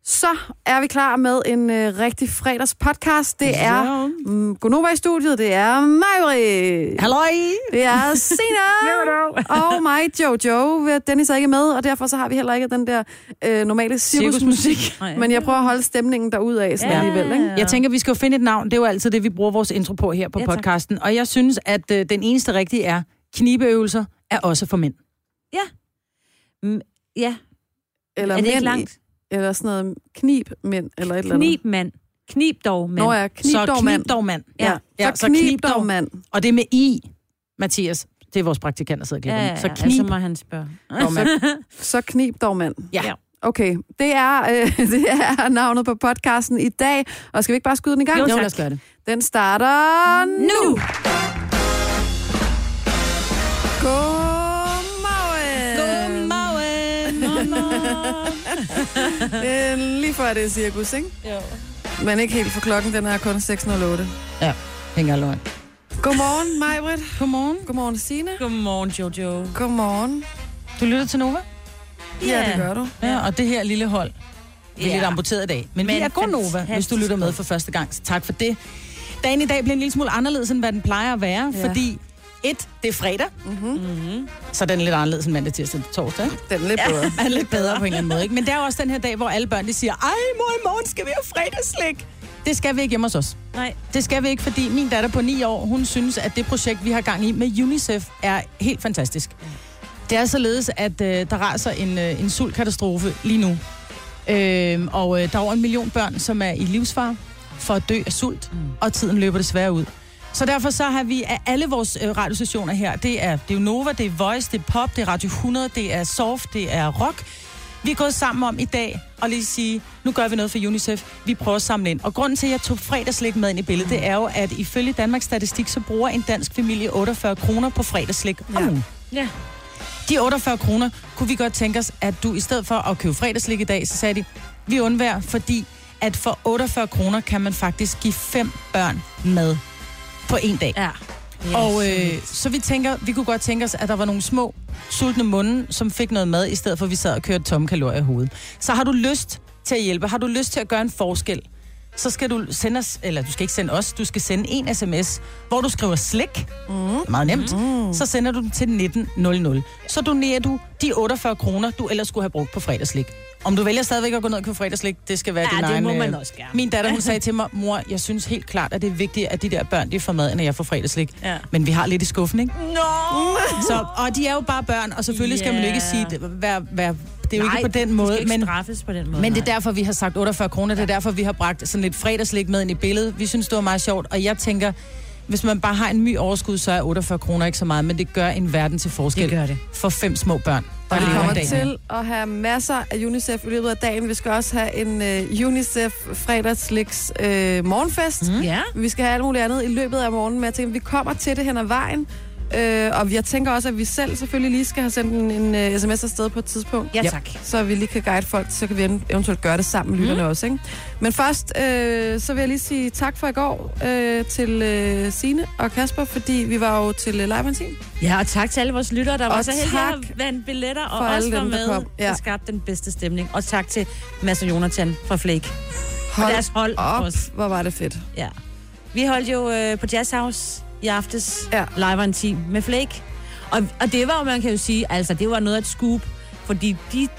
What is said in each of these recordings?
Så er vi klar med en rigtig fredagspodcast. Det er Gonova i studiet, det er Majbrit. Halløj. Det er Sina. Og mig, Jojo. Dennis er ikke med, og derfor så har vi heller ikke den der normale cirkusmusik. Men jeg prøver at holde stemningen derudad sådan alligevel. Ikke? Jeg tænker, vi skal jo finde et navn. Det er jo altid det, vi bruger vores intro på her på podcasten. Og jeg synes, at den eneste rigtige er, knibeøvelser er også for mænd. Ja. Ja. Eller er det mænd ikke langt? Eller sådan noget knibmænd, eller et eller andet. Knibmand. Knib dog mand. Nå ja, knib dog mand. Knib dog mand. Ja, så knib dog mand. Og det er med I, Mathias. Det er vores praktikant, der sidder og klipper. Ja, så knib så må han spørge. Så knib dog mand. Ja. Okay, det er navnet på podcasten i dag. Og skal vi ikke bare skyde den i gang? Jo, lad os gøre det. Den starter nu! Det er lige før det er cirkus, ikke? Jo. Men ikke helt for klokken, den er kun 6:08. Ja, hænger løgn. Godmorgen, Majbrit. Godmorgen. Godmorgen, Signe. Godmorgen, Jojo. Godmorgen. Du lytter til Nova? Ja, det gør du. Ja, og det her lille hold, vi er lidt amputeret i dag. Men vi er Gonova, hvis du lytter med for første gang. Så tak for det. Dagen i dag bliver en lille smule anderledes, end hvad den plejer at være, fordi det er fredag. Så den er lidt anderledes end mandag, tirsdag og torsdag. Den er lidt bedre. Er lidt bedre på en eller anden måde, ikke? Men det er jo også den her dag, hvor alle børn de siger, ej mor, i morgen skal vi have fredagsslik. Det skal vi ikke hjemme hos os. Nej. Det skal vi ikke, fordi min datter på 9 år, hun synes, at det projekt, vi har gang i med UNICEF, er helt fantastisk. Det er således, at der raser en sultkatastrofe lige nu. Og der er over 1 million børn, som er i livsfare for at dø af sult, og tiden løber desværre ud. Så derfor så har vi af alle vores radiostationer her, det er jo Nova, det er Voice, det er Pop, det er Radio 100, det er Soft, det er Rock. Vi er gået sammen om i dag og lige sige, nu gør vi noget for UNICEF, vi prøver at samle ind. Og grunden til, at jeg tog fredagslik med ind i billedet, det er jo, at ifølge Danmarks Statistik, så bruger en dansk familie 48 kroner på fredagslik om ugen. Ja. De 48 kroner kunne vi godt tænke os, at du i stedet for at købe fredagslik i dag, så sagde de, vi undværer, fordi at for 48 kroner kan man faktisk give 5 børn mad på en dag. Ja. Yes. Og så vi kunne godt tænke os, at der var nogle små, sultne munde, som fik noget mad, i stedet for at vi sad og kørte tomme kalorier i hovedet. Så har du lyst til at hjælpe, har du lyst til at gøre en forskel, så skal du sende os, eller du skal ikke sende os, du skal sende en sms, hvor du skriver slik. Meget nemt. Så sender du den til 1900. Så donerer du de 48 kroner, du ellers skulle have brugt på fredagslik. Om du vælger stadigvæk at gå ned og købe fredagslik, det skal være din egen... Ja, det må man også gerne. Min datter, hun sagde til mig, mor, jeg synes helt klart, at det er vigtigt, at de der børn, de får mad, når jeg får fredagslik. Ja. Men vi har lidt i skuffen, ikke? Så, og de er jo bare børn, og selvfølgelig skal man jo ikke sige, det er jo ikke på den måde. Men straffes på den måde. Men det er derfor, vi har sagt 48 kroner. Det er derfor, vi har bragt sådan lidt fredagslik med ind i billedet. Vi synes, det var meget sjovt, og jeg tænker... Hvis man bare har en my overskud, så er 48 kroner ikke så meget, men det gør en verden til forskel. Det gør det. For 5 små børn. Og vi kommer til at have masser af UNICEF i løbet af dagen. Vi skal også have en UNICEF fredagsliks morgenfest. Ja. Vi skal have alt muligt andet i løbet af morgenen, men jeg tænker, vi kommer til det hen ad vejen. Og jeg tænker også, at vi selv selvfølgelig lige skal have sendt en sms afsted på et tidspunkt. Ja, tak. Så vi lige kan guide folk, så kan vi eventuelt gøre det sammen med lytterne også, ikke? Men først, så vil jeg lige sige tak for i går til Signe og Kasper, fordi vi var jo til Live on Team. Ja, og tak til alle vores lyttere, der var så heldige tak at vande billetter, og for også alle var dem, med og skabte den bedste stemning. Og tak til Mads og Jonathan fra Flake. Og deres hold også. Hvor var det fedt. Ja. Vi holdt jo på Jazz House i aftes, Live on Team med Flake. Og det var jo, man kan jo sige, altså det var noget af et scoop, fordi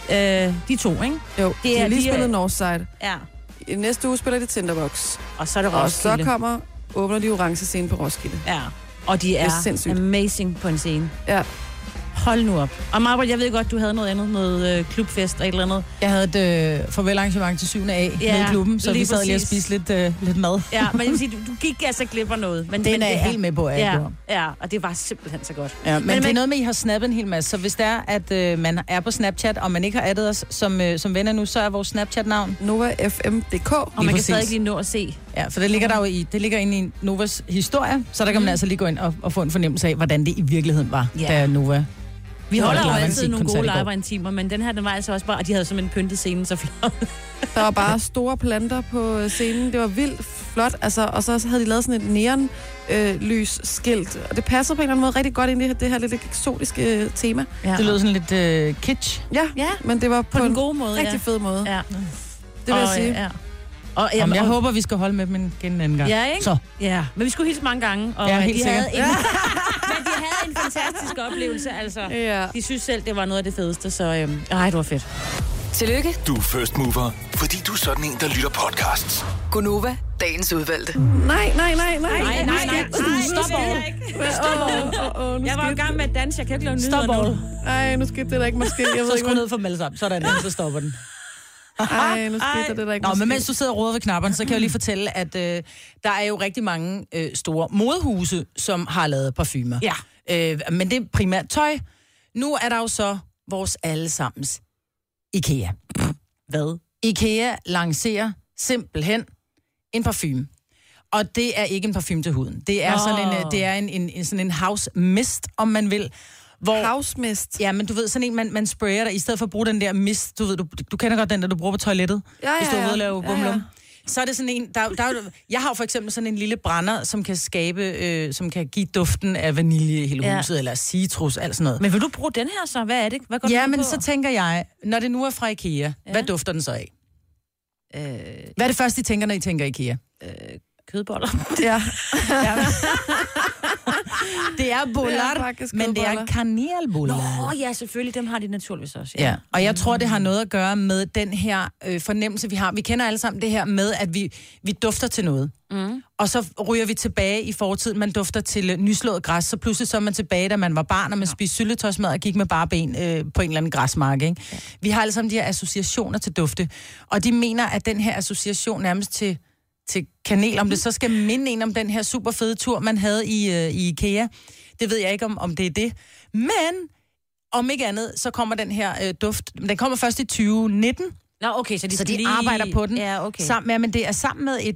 de to, ikke? Jo, de har lige spillet Northside. Ja. I næste uge spiller de Tinderbox. Og så er det Roskilde. Og så åbner de orange scene på Roskilde. Ja, og de er amazing på en scene. Ja. Hold nu op. Og Marbert, jeg ved godt, du havde noget andet, noget klubfest og et eller andet. Jeg havde et farvelarrangement til 7. A med i klubben, så vi sad lige og spiste lidt mad. Ja, men jeg vil sige, du gik altså glip af noget. Men den er jeg helt med på, at jeg gjorde. Ja, og det var simpelthen så godt. Ja, men det er noget med, at I har snappet en hel masse. Så hvis det er, at man er på Snapchat, og man ikke har addet os som venner nu, så er vores Snapchat-navn NovaFM.dk. Og man kan stadig lige nå at se. Ja, for det ligger der jo det ligger inde i Novas historie, så der kan man altså lige gå ind og få en fornemmelse af, hvordan det i virkeligheden var, da Nova... Vi holder jo altid nogle gode live-timer, men den her, den var altså også bare, og de havde simpelthen pyntet scenen så flot. Der var bare store planter på scenen. Det var vildt flot, altså, og så havde de lavet sådan et neonlysskilt, og det passer på en eller anden måde rigtig godt ind i det her lidt eksotiske tema. Ja. Det lød sådan lidt kitsch. Ja, men det var på en god måde, rigtig fed måde. Ja. vil jeg sige. Ja. Jeg håber, vi skal holde med dem igen en anden gang. Ja, ikke? Så. Ja, men vi skulle hilse mange gange. Og ja, helt sikkert. Men de havde en fantastisk oplevelse, altså. Ja. De synes selv, det var noget af det fedeste, så det var fedt. Tillykke. Du er first mover, fordi du er sådan en, der lytter podcasts. Gunova, dagens udvalgte. Nej. Stop all. Jeg var i gang med at danse, jeg kan ikke lave nyheder nu. Nej, nu skete det der ikke måske. Jeg ved så skru ned for dem alle sammen, sådan så stopper den. Ej, nu skete det der ikke. Nå, men mens du sidder og roder ved knapperne, så kan jeg jo lige fortælle, at der er jo rigtig mange store modehuse, som har lavet parfumer. Ja. Men det er primært tøj. Nu er der jo så vores allesammens IKEA. Hvad? IKEA lancerer simpelthen en parfume. Og det er ikke en parfume til huden. Det er sådan en house mist, om man vil. House mist? Ja, men du ved, sådan en, man sprayer der, i stedet for at bruge den der mist, du ved, du kender godt den, der du bruger på toilettet, hvis du er ude og lave bumlum. Så er det sådan en, jeg har jo for eksempel sådan en lille brænder, som kan skabe, som kan give duften af vanilje i hele huset, eller citrus, alt sådan noget. Men vil du bruge den her så? Hvad er det? Hvad går men på? Så tænker jeg, når det nu er fra IKEA, hvad dufter den så af? Hvad er det første, I tænker, når I tænker IKEA? Kødboller. Ja. Det er boller, men det er kanelboller. Nå, ja, selvfølgelig. Dem har de naturligvis også. Ja. Og jeg tror, det har noget at gøre med den her fornemmelse, vi har. Vi kender alle sammen det her med, at vi dufter til noget. Mm. Og så ryger vi tilbage i fortiden. Man dufter til nyslået græs, så pludselig så er man tilbage, da man var barn, og man spiste syltetøjsmad og gik med bare ben på en eller anden græsmark. Ikke? Ja. Vi har alle sammen de her associationer til dufte. Og de mener, at den her association nærmest til kanel, om det så skal minde en om den her super fede tur, man havde i IKEA. Det ved jeg ikke, om det er det. Men om ikke andet, så kommer den her duft. Den kommer først i 2019. Nå, okay, så de lige arbejder på den. Ja, okay. Men det er sammen med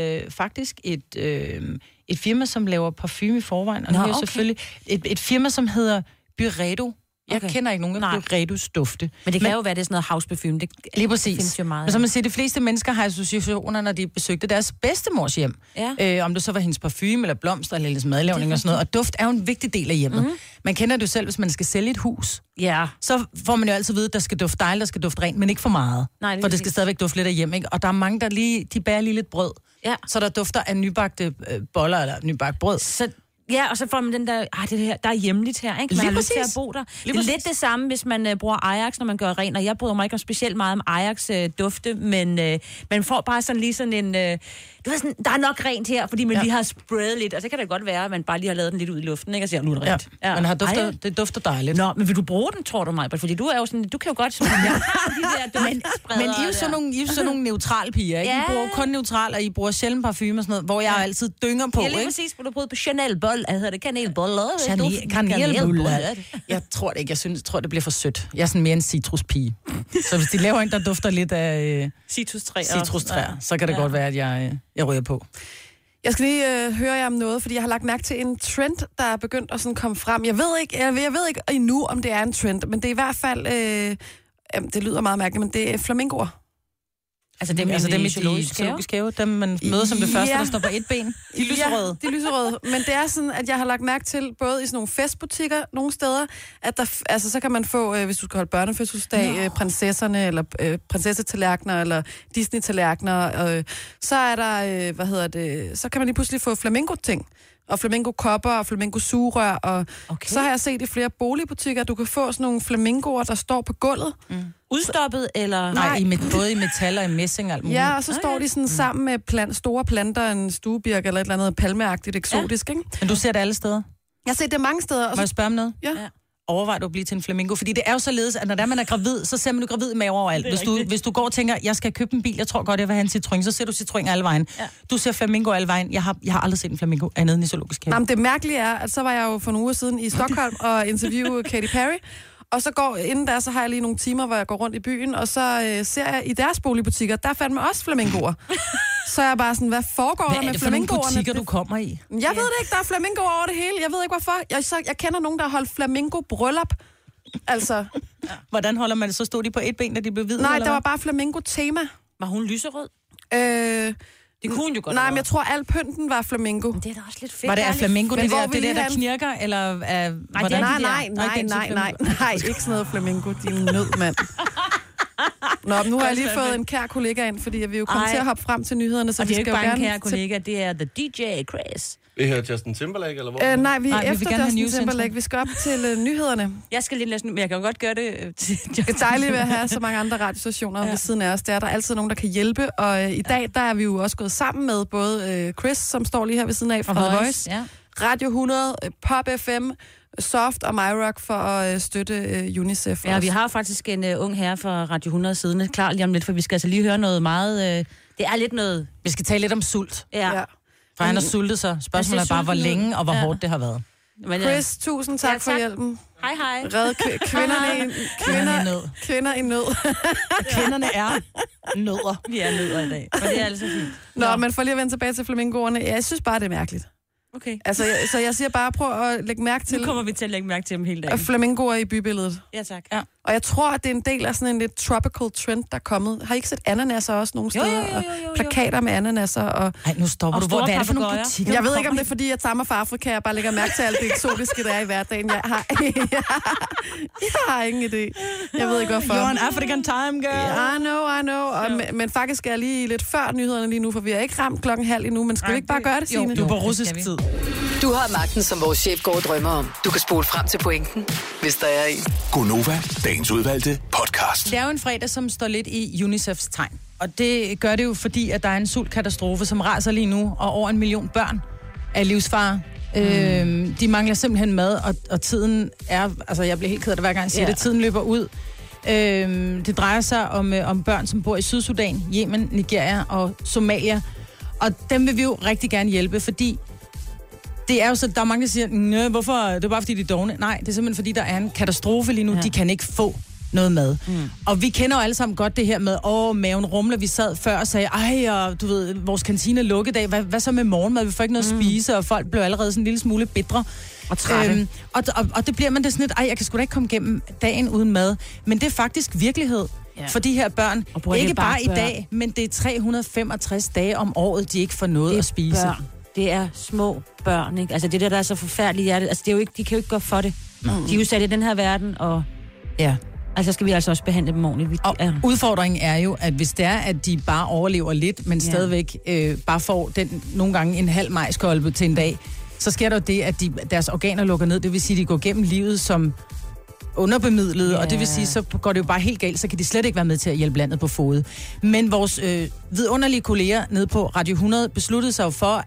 et firma, som laver parfume i forvejen. Og nu er jo selvfølgelig et firma, som hedder Byredo. Jeg kender ikke nogen af Byredos dufte. Men det kan jo være, det er sådan noget house-parfume. Det lige præcis. Findes jo meget. Men som man siger, de fleste mennesker har associationer, når de besøgte deres bedstemors hjem. Ja. Om det så var hendes parfume, eller blomster, eller hendes madlavning og sådan noget. Og duft er jo en vigtig del af hjemmet. Mm-hmm. Man kender det jo selv, hvis man skal sælge et hus. Ja. Så får man jo altid vide, at der skal dufte dejligt, der skal dufte rent, men ikke for meget. Nej, for det skal stadigvæk dufte lidt af hjem, ikke? Og der er mange, der de bærer lige lidt brød. Ja. Så der dufter af nybagte boller, eller nybagt brød. Ja, og så får man den der, det her, der er hjemligt her, ikke? Man har lyst til at bo der. Det er lidt det samme, hvis man bruger Ajax, når man gør rent, og jeg bryder mig ikke specielt meget om Ajax-dufte, men man får bare sådan lige sådan en, du ved sådan, der er nok rent her, fordi man lige har sprayet lidt, og så kan det godt være, at man bare lige har lavet den lidt ud i luften, ikke? Og siger, nu er det rent. Ja. Man har det dufter dejligt. Nå, men vil du bruge den, tror du mig? Fordi du er jo sådan, du kan jo godt sådan, men I er jo sådan nogle neutrale piger, ikke? I bruger kun neutral, og I bruger sjældent parfume og sådan noget, hvor jeg altid dynger på, ikke? Ja, lige præcis, hvor du bruger på Chanel-bold, hedder det kanelboller? Kanelboller. Jeg tror det ikke, jeg tror det bliver for sødt. Jeg er sådan mere en citruspige. Så hvis de laver en, der dufter lidt af citrustræer, så kan det godt være, at jeg ryger på. Jeg skal lige høre jer om noget, fordi jeg har lagt mærke til en trend, der er begyndt at sådan komme frem. Jeg ved ikke endnu, om det er en trend, men det er i hvert fald, det lyder meget mærkeligt, men det er flamingoer. Altså dem i zoologisk have, dem man møder som det første, der står på et ben. De lyserøde. Ja, de lyserøde. Men det er sådan, at jeg har lagt mærke til, både i sådan nogle festbutikker nogle steder, at der, altså så kan man få, hvis du skal holde børnefødselsdag, prinsesserne, eller prinsessetallerkener, eller Disney-tallerkener, så er der, så kan man lige pludselig få flamingo-ting. Og flamingo-kopper og flamingo-sugerør. Og så har jeg set i flere boligbutikker, at du kan få sådan nogle flamingoer, der står på gulvet. Mm. Udstoppet, eller? Nej, både i metal og i messing og alt muligt. Ja, og så står de sådan sammen med store planter, en stuebirk eller et eller andet palmeagtigt eksotisk, ikke? Men du ser det alle steder? Jeg har set det mange steder. Må jeg spørge om noget? Ja. Overvej du at blive til en flamingo? Fordi det er jo således, at når man er gravid, så ser man jo gravid med overalt. Hvis du går og tænker, jeg skal købe en bil, jeg tror godt, jeg vil have en Citroën, så ser du Citroën alle vejen. Ja. Du ser flamingo alle vejen. Jeg har aldrig set en flamingo andet end i zoologisk have. Jamen, det mærkelige er, at så var jeg jo for nogle uger siden i Stockholm og interviewede Katy Perry. Og så inden der, så har jeg lige nogle timer, hvor jeg går rundt i byen, og så ser jeg i deres boligbutikker, der fandt man også flamingoer. Så er jeg bare sådan, hvad foregår der med flamingoerne? Hvad er det for nogle butikker, du kommer i? Jeg ved det ikke, der er flamingoer over det hele. Jeg ved ikke, hvorfor. Jeg kender nogen, der har holdt flamingo-bryllup. Altså. Hvordan holder man det? Så stod de på et ben, da de blev hvide? Nej, der var bare flamingo-tema. Var hun lyserød? Det kunne hun jo godt. Nej, men jeg tror, al pynten var flamingo. Men det er da også lidt fedt. Var det af flamingo, det der knirker, eller af... Nej, ikke sådan noget flamingo, din nød, mand. Nå, nu har jeg lige fået en kær kollega ind, fordi vi er jo kommet til at hoppe frem til nyhederne, så og vi det er skal jo jo bare en gerne... kær kollega, det er The DJ Chris. Det her Justin Timberlake, eller hvor? Nej, vi er vi vil efter gerne have Justin news Timberlake. Vi skal op til nyhederne. Jeg skal lige læse men jeg kan jo godt gøre det til Det er dejligt ved at have så mange andre radiostationer ved siden af os. Der er der altid nogen, der kan hjælpe, og i dag, der er vi jo også gået sammen med både Chris, som står lige her ved siden af fra The Voice, Radio 100, Pop FM, Soft og MyRock for at støtte UNICEF. Ja, vi har faktisk en ung herre fra Radio 100 siddende klar lige om lidt, for vi skal altså lige høre noget meget... det er lidt noget... Vi skal tale lidt om sult. Ja. For han har sultet sig. Spørgsmålet er bare, hvor længe og hvor hårdt det har været. Men, Chris, tusind tak for hjælpen. Hej. Red kvinder i nød. Kvinderne er nødder. Vi er nødder i dag, og det er altså fint. Nå, men for lige at vende tilbage til flamingoerne. Ja, jeg synes bare, det er mærkeligt. Okay. Altså, så jeg siger bare, prøv at lægge mærke til... Nu kommer vi til at lægge mærke til dem hele dagen. Flamingoer i bybilledet. Ja, tak. Ja. Og jeg tror, at det er en del af sådan en lidt tropical trend, der er kommet. Har I ikke set ananaser også nogle steder? Jo. Plakater med ananaser og... Ej, nu stopper og du. Hvor er det for nogle papegøjer? butikker? Jeg ved ikke, om det er, fordi jeg stammer fra Afrika, jeg bare lægger mærke til alt det eksotiske, der er i hverdagen. Jeg har ingen idé. Jeg ved ikke, hvorfor. You're an African time, girl. I know. Og, men faktisk er jeg lige lidt før nyhederne lige nu, for vi har ikke ramt 12:30 endnu, men skal vi ikke bare gøre det, Signe? Du er på russisk tid. Du har magten, som vores chef går og drømmer om. Du kan spole frem til pointen, hvis der er en. Gonova, dagens udvalgte podcast. Det er jo en fredag, som står lidt i UNICEFs tegn. Og det gør det jo, fordi at der er en sultkatastrofe, som raser lige nu, og over 1 million børn er livsfare. De mangler simpelthen mad, og tiden er... Altså, jeg bliver helt ked af det, hver gang jeg siger det. Tiden løber ud. Det drejer sig om børn, som bor i Sydsudan, Yemen, Nigeria og Somalia. Og dem vil vi jo rigtig gerne hjælpe, fordi... Det er jo så, der er mange, der siger, hvorfor? Det er bare, fordi de er dovne. Nej, det er simpelthen, fordi der er en katastrofe lige nu. Ja. De kan ikke få noget mad. Og vi kender jo alle sammen godt det her med, maven rumler. Vi sad før og sagde, og du ved, vores kantine er lukket dag. Hvad så med morgenmad? Vi får ikke noget at spise, og folk blev allerede sådan en lille smule bitre. Og trætte. Og det bliver man det sådan lidt, jeg kan sgu da ikke komme igennem dagen uden mad. Men det er faktisk virkelighed for de her børn. Ikke bare i dag, men det er 365 dage om året, de ikke får noget at spise. Børn. Det er små børn, ikke? Altså det der er så forfærdeligt hjertet. Altså det er jo ikke, de kan jo ikke gå for det. De er jo sat i den her verden, og altså skal vi altså også behandle dem ordentligt. Udfordringen er jo, at hvis det er, at de bare overlever lidt, men stadigvæk bare får nogle gange en halv majskolbe til en dag, så sker der jo det, at deres organer lukker ned. Det vil sige, at de går gennem livet som underbemidlede, og det vil sige, så går det jo bare helt galt, så kan de slet ikke være med til at hjælpe landet på fod. Men vores vidunderlige kolleger nede på Radio 100 besluttede sig jo for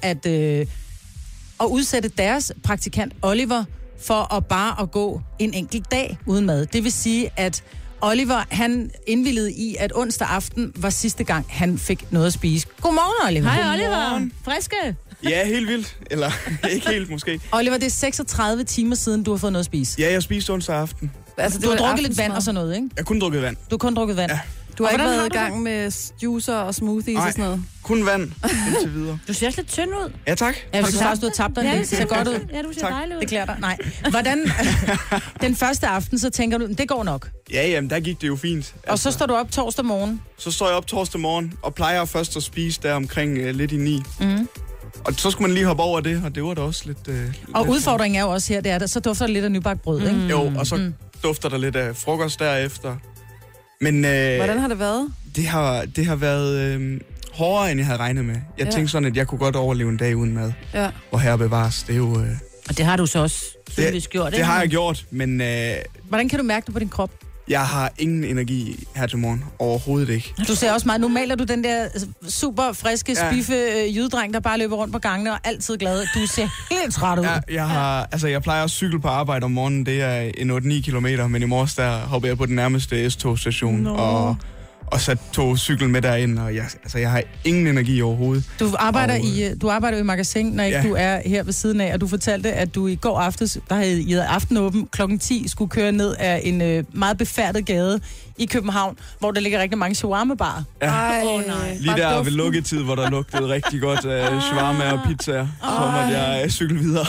at udsætte deres praktikant Oliver for at gå en enkelt dag uden mad. Det vil sige, at Oliver, han indvilligede i, at onsdag aften var sidste gang, han fik noget at spise. Godmorgen, Oliver. Hej, Oliver. Friske. Ja, helt vildt. Eller ikke helt, måske. Oliver, det er 36 timer siden, du har fået noget at spise. Ja, jeg spiste onsdag aften. Altså, Du har drukket lidt vand og sådan noget, ikke? Jeg har kun drukket vand. Du har kun drukket vand. Ja. Du har ikke været i gang med juicer og smoothies og sådan noget? Kun vand indtil videre. Du ser også lidt tynd ud. Ja, tak. Jeg synes faktisk, du har tabt dig. Det ser godt ud. Ja, du ser Tak. dejlig ud. Det klæder dig. Nej. Hvordan... Den første aften, så tænker du, det går nok. Ja, jamen, der gik det jo fint. Og så står du op torsdag morgen. Så står jeg op torsdag morgen, og plejer først at spise der omkring lidt i 9. Og så skulle man lige hoppe over det, og det var da også lidt... Og udfordringen er jo også her, det er, der så dufter det lidt af nybagt brød, ikke? Jo, og så dufter der lidt af frokost derefter. Men... Hvordan har det været? Det har været hårdere, end jeg havde regnet med. Jeg tænkte sådan, at jeg kunne godt overleve en dag uden mad. Ja. Og her bevares, det er jo... Og det har du så også tydeligvis gjort, ikke? Det har jeg gjort, men... Hvordan kan du mærke det på din krop? Jeg har ingen energi her til morgen. Overhovedet ikke. Du ser også meget... Nu maler du den der super friske, spiffe jydedreng, der bare løber rundt på gangene og altid glad. Du ser helt træt ud. Ja, jeg plejer at cykle på arbejde om morgenen. Det er en 8-9 kilometer, men i morges der hopper jeg på den nærmeste S-togstation og tog cyklen med derind, og jeg har ingen energi overhovedet. Du arbejder jo i magasin, når ikke du er her ved siden af, og du fortalte, at du i går aftes, der havde I aftenåben klokken 10, skulle køre ned af en meget befærdet gade i København, hvor der ligger rigtig mange shawarma-barer. Ja. Nej. Lige der ved lukketid, hvor der lugtede rigtig godt af shawarma og pizzaer, så måtte jeg cykle videre.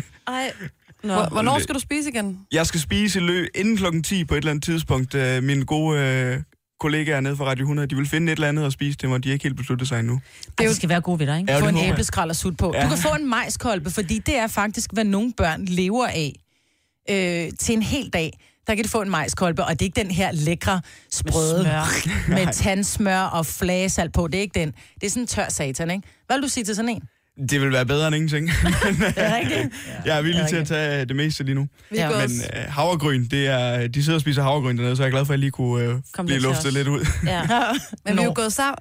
Hvornår skal du spise igen? Jeg skal spise inden klokken 10 på et eller andet tidspunkt. Mine gode kollegaer nede fra Radio 100, de vil finde et eller andet at spise til mig, de er ikke helt besluttet sig endnu. Det skal være gode ved dig, ikke? Få en æbleskrald og sut på. Ja. Du kan få en majskolbe, fordi det er faktisk, hvad nogle børn lever af til en hel dag. der kan de få en majskolbe, og det er ikke den her lækre sprøde med tandsmør og flagesalt på. Det er ikke den. Det er sådan en tør satan, ikke? Hvad vil du sige til sådan en? Det vil være bedre end ingenting. Det er rigtigt. Jeg er villig til at tage det meste lige nu. Ja. Men havregryn, de sidder og spiser havregryn dernede, så jeg er glad for, at jeg lige kunne blive luftet lidt ud. Ja. Men vi er jo gået sammen...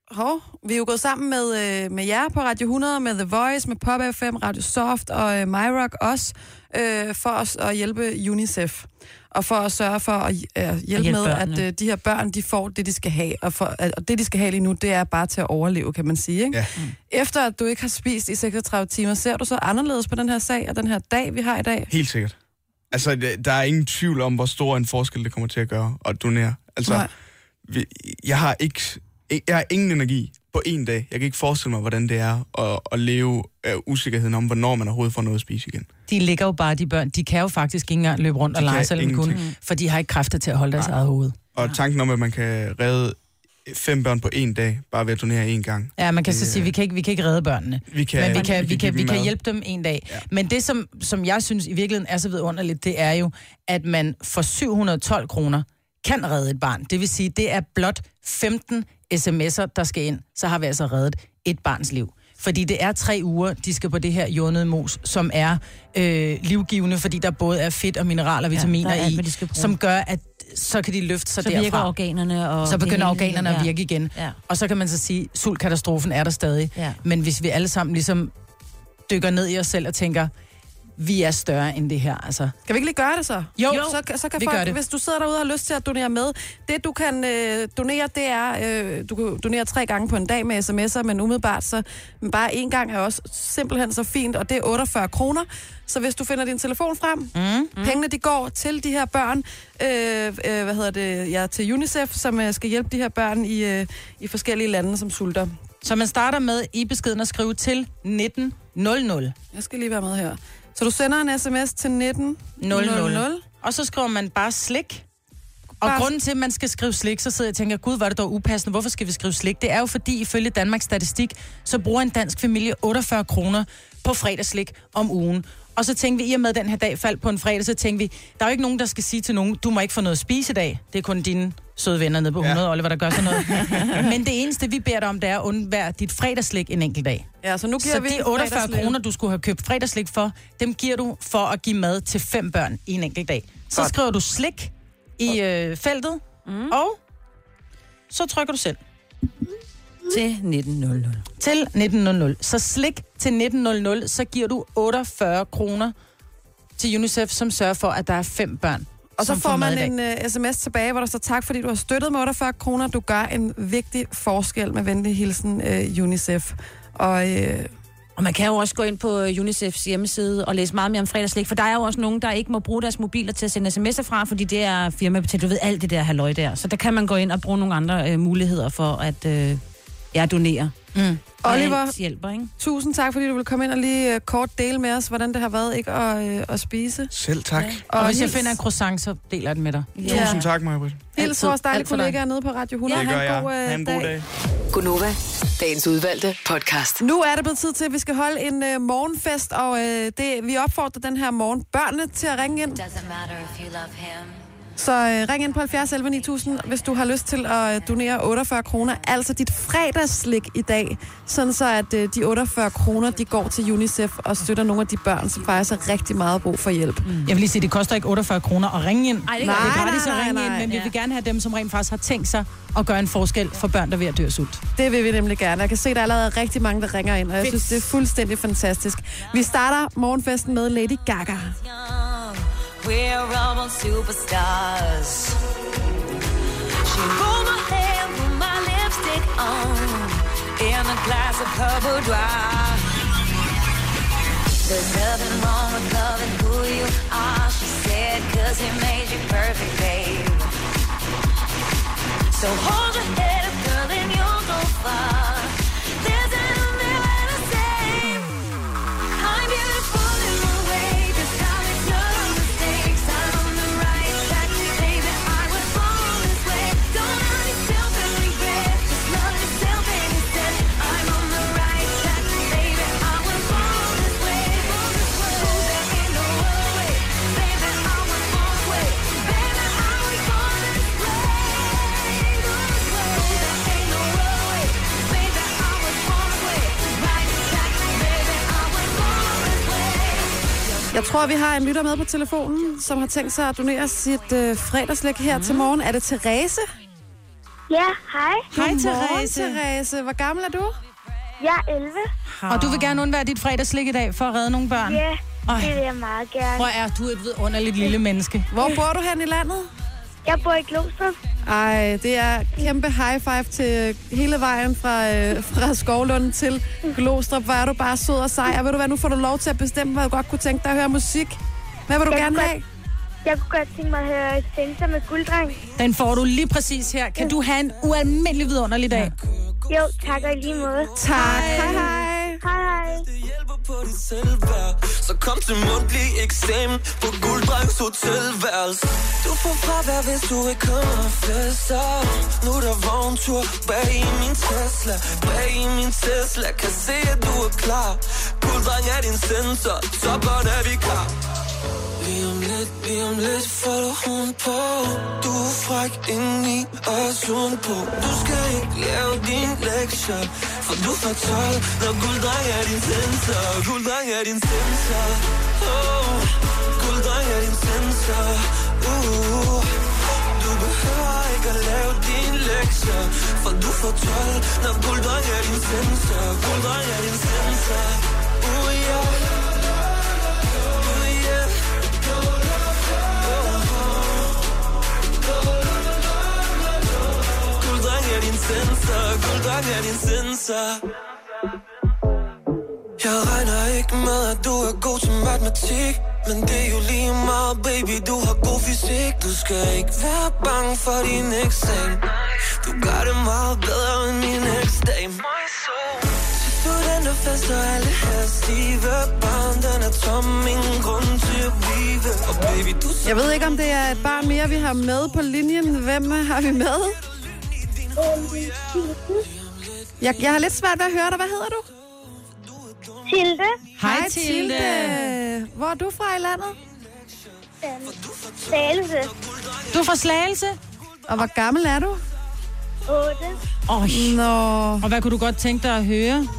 vi er jo gået sammen med jer på Radio 100, med The Voice, med Pop FM, Radio Soft og MyRock også, for os at hjælpe UNICEF. Og for at sørge for at hjælpe med, at de her børn, de får det, de skal have. Og det, de skal have lige nu, det er bare til at overleve, kan man sige. Ikke? Ja. Efter at du ikke har spist i 36 timer, ser du så anderledes på den her sag og den her dag, vi har i dag? Helt sikkert. Altså, der er ingen tvivl om, hvor stor en forskel det kommer til at gøre at donere. Altså, jeg har ingen energi på en dag. Jeg kan ikke forestille mig, hvordan det er at leve af usikkerheden om, hvornår man overhovedet får noget at spise igen. De ligger jo bare, de børn. De kan jo faktisk ikke engang løbe rundt og lege, selvom de kunne, for de har ikke kræfter til at holde deres eget hoved. Og tanken om, at man kan redde 5 børn på en dag, bare ved at donere en gang. Ja, man kan så sige, at vi kan ikke redde børnene. Vi kan hjælpe dem en dag. Ja. Men det, som jeg synes i virkeligheden er så vidunderligt, det er jo, at man for 712 kroner kan redde et barn. Det vil sige, det er blot 15 sms'er, der skal ind. Så har vi altså reddet et barns liv. Fordi det er 3 uger, de skal på det her jordnede mos, som er livgivende, fordi der både er fedt og mineraler og vitaminer i, som gør, at så kan de løfte sig derfra. Så virker organerne. Og så begynder organerne at virke igen. Ja. Og så kan man så sige, sultkatastrofen er der stadig. Ja. Men hvis vi alle sammen ligesom dykker ned i os selv og tænker, vi er større end det her, altså. Skal vi ikke lige gøre det så? Jo, så kan folk, hvis du sidder derude og har lyst til at donere med, det du kan donere, det er, du kan donere 3 gange på en dag med sms'er, men umiddelbart så bare en gang er også simpelthen så fint, og det er 48 kroner. Så hvis du finder din telefon frem, pengene de går til de her børn, til UNICEF, som skal hjælpe de her børn i forskellige lande, som sulter. Så man starter med i beskeden at skrive til 1900. Jeg skal lige være med her. Så du sender en sms til 1900. Og så skriver man bare slik. Og grunden til, at man skal skrive slik, så sidder jeg og tænker, gud, var det dog upassende. Hvorfor skal vi skrive slik? Det er jo fordi, ifølge Danmarks Statistik, så bruger en dansk familie 48 kroner på fredagsslik om ugen. Og så tænkte vi, i og med den her dag faldt på en fredag, så tænkte vi, der er jo ikke nogen, der skal sige til nogen, du må ikke få noget at spise i dag. Det er kun dine søde venner nede på 100, Oliver, der gør sådan noget. Men det eneste, vi beder dig om, det er at undvære dit fredagsslik en enkelt dag. Ja, så nu giver vi de 48 kroner, du skulle have købt fredagsslik for, dem giver du for at give mad til 5 børn i en enkelt dag. Så skriver du slik i feltet, og så trykker du selv. Til 1900. Til 1900. Så slik til 1900, så giver du 48 kroner til UNICEF, som sørger for, at der er 5 børn. Og så får man en sms tilbage, hvor der står tak, fordi du har støttet med 48 kroner. Du gør en vigtig forskel med venlig hilsen UNICEF. Og man kan jo også gå ind på UNICEFs hjemmeside og læse meget mere om fredagsslik, for der er jo også nogen, der ikke må bruge deres mobiler til at sende sms'er fra, fordi det er firmabetalt. Du ved alt det der halløj der. Så der kan man gå ind og bruge nogle andre muligheder for at donere. Oliver, hjælper, ikke? Tusind tak, fordi du vil komme ind og lige kort dele med os, hvordan det har været ikke at spise. Selv tak. Ja. Og hvis jeg finder en croissant, så deler jeg den med dig. Ja. Tusind tak, Maja. Hils vores dejlige kollegaer nede på Radio 100. Det gør jeg. Ha' en god dag. Gunova, dagens udvalgte podcast. Nu er det blevet tid til, at vi skal holde en morgenfest, og vi opfordrer den her morgen børnene til at ringe ind. Så ring ind på 70 11 9000, hvis du har lyst til at donere 48 kroner, altså dit fredagsslik i dag, sådan så at de 48 kroner, de går til UNICEF og støtter nogle af de børn, som faktisk har rigtig meget brug for hjælp. Jeg vil lige sige, det koster ikke 48 kroner at ringe ind. Nej, det er gratis at ringe ind, men vi vil gerne have dem, som rent faktisk har tænkt sig at gøre en forskel for børn, der er ved at dø af sult. Det vil vi nemlig gerne. Jeg kan se, at der er allerede rigtig mange, der ringer ind, og jeg synes, det er fuldstændig fantastisk. Vi starter morgenfesten med Lady Gaga. We're all superstars. She rolled my hair, put my lipstick on, in a glass of her boudoir. There's nothing wrong with loving who you are, she said, 'cause he made you perfect, babe. So hold your head up, girl, and you'll go far. There's nothing left to say. I'm beautiful in my way, just how it's not. Baby, Jeg tror, vi har en lytter med på telefonen, som har tænkt sig at donere sit fredagslæg her til morgen. Er det Therese? Ja, hej. Hej, Godmorgen, Therese. Therese. Hvor gammel er du? Jeg er 11. Og du vil gerne undvære dit fredagslæg i dag for at redde nogle børn? Ja, Ej. det vil jeg meget gerne. Hvor er du et vidunderligt lille menneske. Hvor bor du hen i landet? Jeg bor i Glostrup. Ej, det er kæmpe high five til hele vejen fra Skovlund til Glostrup. Hvor er du bare sød og sej. Og ved du hvad, nu får du lov til at bestemme, hvad du godt kunne tænke dig at høre musik. Hvad vil du gerne have? Jeg kunne godt tænke mig at høre Sensa med Gulddreng. Den får du lige præcis her. Kan du have en ualmindelig vidunderlig dag? Jo, tak og i lige måde. Tak. Hej, hej. Hej. På dit selvværd. Så kom til mundtlig eksamen på Gulddrengs hotelværelse. Du får fravær, hvis du ikke kommer og fester. Nu er der vogntur bag i min Tesla. Bag i min Tesla. Kan se, at du er klar. Gulddreng er din sensor. Så godt er vi klar. Lige om lidt folder hun på. Du er fræk indeni og zoom på. Du skal ikke lave din lektier, for du får 12, når Gulddreng er din sensor. Gulddreng er din sensor. Oh, Gulddreng er din sensor. Du behøver ikke at lave din lektier, for du får 12, når Gulddreng er din sensor. Gulddreng er din sensor. Yeah. Gulddreng er din sensor. Jeg regner ikke med, at du er god til matematik, men det er jo lige meget, baby, du har god fysik. Du skal ikke være bange for din eksamen. Du gør det meget bedre end min eksdame. Til studenterfest og alle her stive barn, den er tom, ingen grund til at blive. Og baby, du... Jeg ved ikke, om det er et barn mere, vi har med på linjen. Hvem har vi med? Jeg har lidt svært ved at høre dig. Hvad hedder du? Tilde. Hej, Tilde. Hvor er du fra i landet? Slagelse. Du er fra Slagelse? Og hvor gammel er du? 8. Nå. Og hvad kunne du godt tænke dig at høre?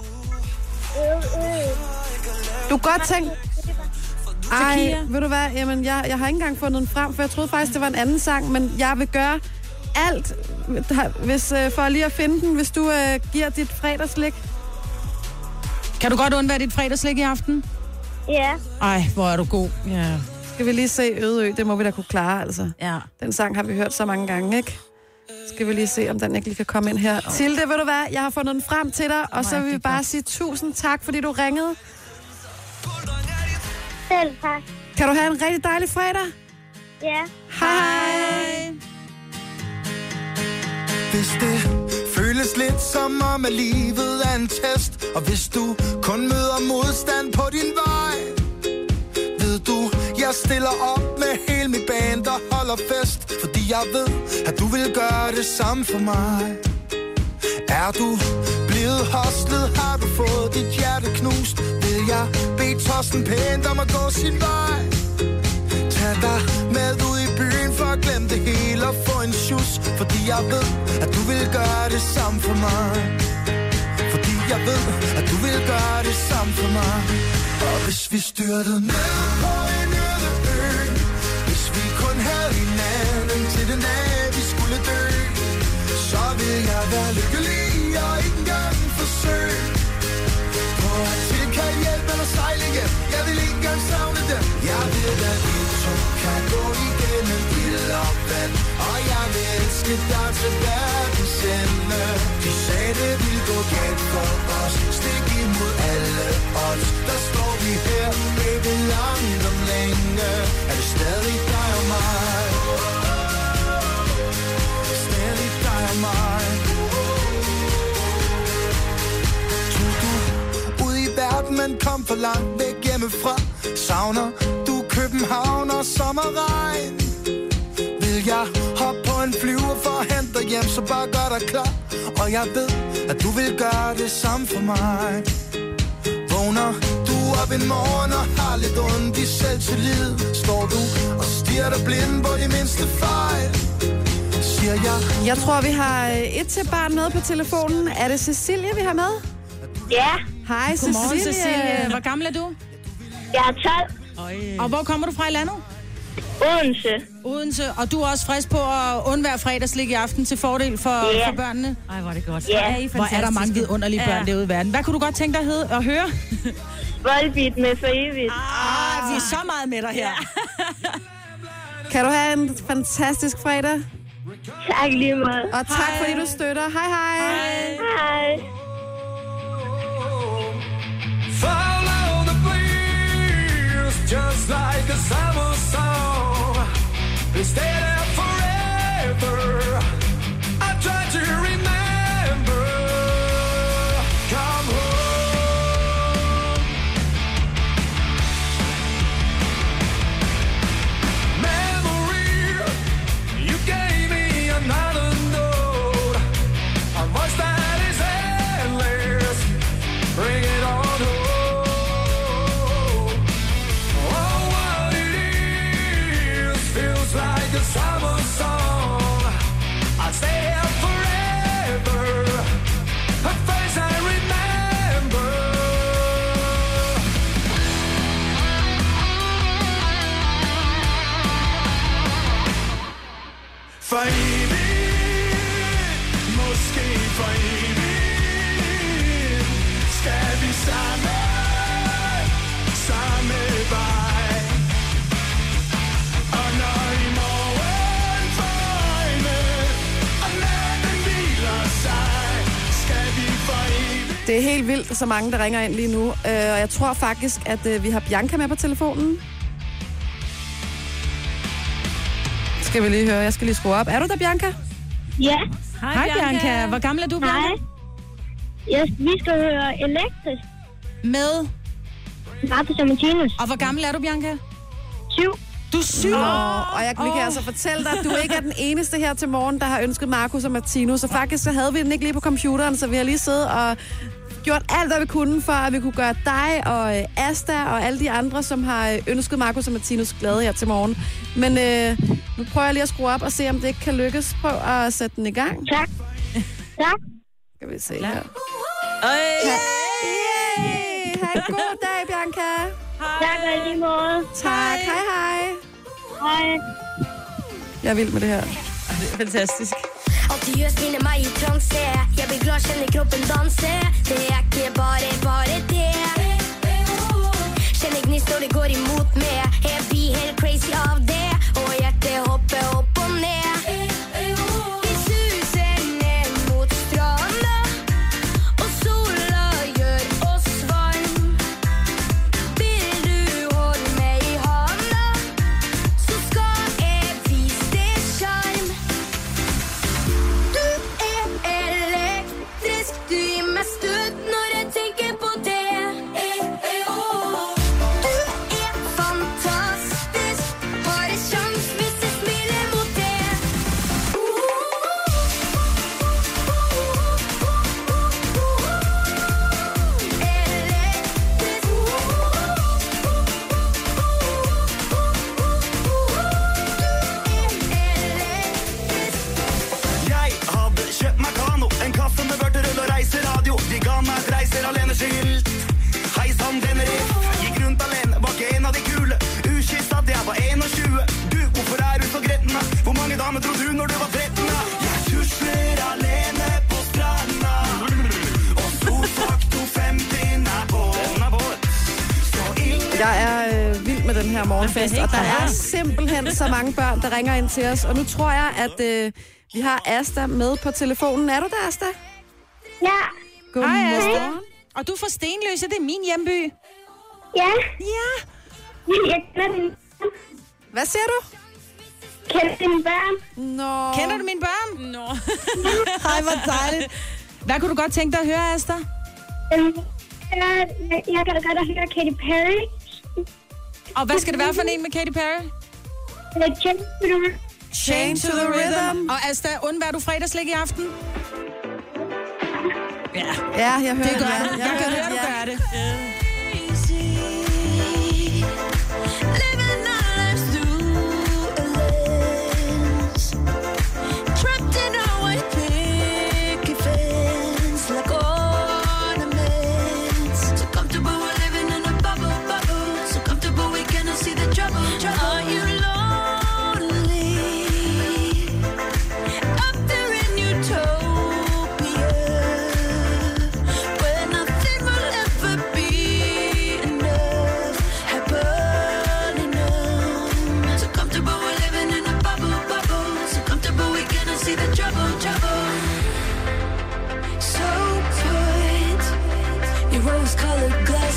Du kunne godt tænke... Ej, ved du hvad? Jamen, jeg har ikke engang fundet den frem, for jeg troede faktisk, det var en anden sang, men jeg vil gøre alt for lige at finde den, hvis du giver dit fredagslæg. Kan du godt undvære dit fredagslæg i aften? Ja. Ej, hvor er du god. Ja. Skal vi lige se Ødeø? Det må vi da kunne klare, altså. Ja. Den sang har vi hørt så mange gange, ikke? Skal vi lige se, om den ikke lige kan komme ind her. Tilde, ved du hvad? Jeg har fundet den frem til dig, og så vil vi bare sige tusind tak, fordi du ringede. Selv tak. Kan du have en rigtig dejlig fredag? Ja. Hej. Hvis det føles lidt som om, at livet er en test, og hvis du kun møder modstand på din vej, ved du, jeg stiller op med hele mit band og holder fest, fordi jeg ved, at du vil gøre det samme for mig. Er du blevet hostlet, har du fået dit hjerte knust, vil jeg bede Torsten pænt om at gå sin vej. Tag dig med ud i byen for at glemme det hele og få en sjus, fordi jeg ved, at du vil gøre det samme for mig. Fordi jeg ved, at du vil gøre det samme for mig. Og hvis vi styrtede ned på en øde ø, hvis vi kun havde hinanden til den dag, vi skulle dø, så vil jeg være lykkelig og ikke engang forsøge på at tilkalde hjælp eller sejle hjem. Jeg vil ikke engang savne dem. Jeg ved, at vi to kan gå igennem ild og vand, og jeg vil elske dig til verdens ende. De sagde, det ville gå galt for os, stik imod alle odds. Der står vi her, baby, langt om længe. Er det stadig dig og mig? Stadig dig og mig. Men kom for langt væk hjemmefra. Savner du København og sommerregn? Vil jeg hoppe på en flyver for at hente dig hjem, så bare gør dig klar. Og jeg ved, at du vil gøre det samme for mig. Vågner du op en morgen og har lidt ondt i selvtillid, står du og stirrer dig blind på de mindste fejl, siger jeg. Jeg tror, vi har et til barn med på telefonen. Er det Cecilie, vi har med? Ja. Hej, Godmorgen, Cecilie. Cecilie. Hvor gammel er du? Jeg er 12. Og hvor kommer du fra i landet? Odense. Og du er også frisk på at undvære fredagslik i aften til fordel for børnene? Ej, hvor er det godt. Hvor er der mange vidunderlige børn derude i verden. Hvad kunne du godt tænke dig at høre? Volbeat med for evigt. Vi er så meget med dig her. Kan du have en fantastisk fredag? Tak lige meget. Og tak, fordi du støtter. Hej, hej. Hej. Follow the breeze, just like a summer song. Stay there forever. I try to remember. Come home. Memory, you gave me another note. A voice that is endless. Bring it on home. Oh, what it is feels like a summer song. I'll stay here forever. A face I remember. For evigt, måske for evigt, skal vi samme vej. Og når i morgen øjne, og natten hviler sig, skal vi for evigt. Det er helt vildt, så mange, der ringer ind lige nu. Og jeg tror faktisk, at vi har Bianca med på telefonen. Skal vi lige høre. Jeg skal lige skrue op. Er du der, Bianca? Ja. Hej Bianca. Hvor gammel er du, Bianca? Hej. Vi skal høre elektrisk. Med? Marcus og Martinus. Og hvor gammel er du, Bianca? 7. Du er 7? Vi kan altså fortælle dig, at du ikke er den eneste her til morgen, der har ønsket Marcus og Martinus. Så faktisk så havde vi den ikke lige på computeren, så vi har lige siddet og gjort alt, hvad vi kunne, for at vi kunne gøre dig og Asta og alle de andre, som har ønsket Marcus og Martinus glade her til morgen. Men nu prøver jeg lige at skrue op og se, om det ikke kan lykkes. Prøv at sætte den i gang. Tak. Tak. Skal vi se her. Yay! Ha' en god dag, Bianca. Tak og lige måde. Tak. Hej, hej. Hej. Jeg er vild med det her. Det er fantastisk. Alltid gjør spinner meg i transe. Jeg blir glad, kjenner kroppen danse. Det er ikke bare det. Kjenner gnist når det går imot meg. Jeg blir helt crazy av det. Og hjertet hopper opp og ned. Vi suser ned mot stranda. Og sola gjør oss varm. Vil du holde meg i handa, så skal jeg vise det sjarm. Du er elektrisk, du gir meg støt når jeg tenker på det. Du er fantastisk, har en sjans hvis jeg smiler mot det. Jeg hadde kjøpt meg kano, en kaffe med vørterøll og reiseradio. De ga meg et reiser alene skilt. Hei sann, Tenerife. Gikk rundt alene, var ikke en av de kule. Ukyss at jeg var 21. Du, hvorfor er du så gretten da? Hvor mange damer tror du når du var 13 da? Jeg tusler alene på stranda. Og solfaktor 50 er på. Så ingen Jeg er vild med den her morgenfest, og der er simpelthen så mange børn, der ringer ind til os. Og nu tror jeg, at vi har Asta med på telefonen. Er du der, Asta? Ja. Godmorgen. Og du er fra Stenløse, det er min hjemby. Ja. Ja. Jeg kender dine børn. Hvad siger du? Kender dine børn. Nå. Kender du mine børn? Hej, hvor dejligt. Hvad kunne du godt tænke dig at høre, Asta? Jeg kan da godt høre Katy Perry. Og hvad skal det være for en med Katy Perry? Chain to the rhythm. Og Asta, undværer du fredagslik i aften? Ja. Ja, jeg hører Det gør ja. du. Jeg kan høre, du gør det. Living our lives through a lens. Trapped in our white picket fence, like ornaments. So comfortable we're living in a bubble. So comfortable we can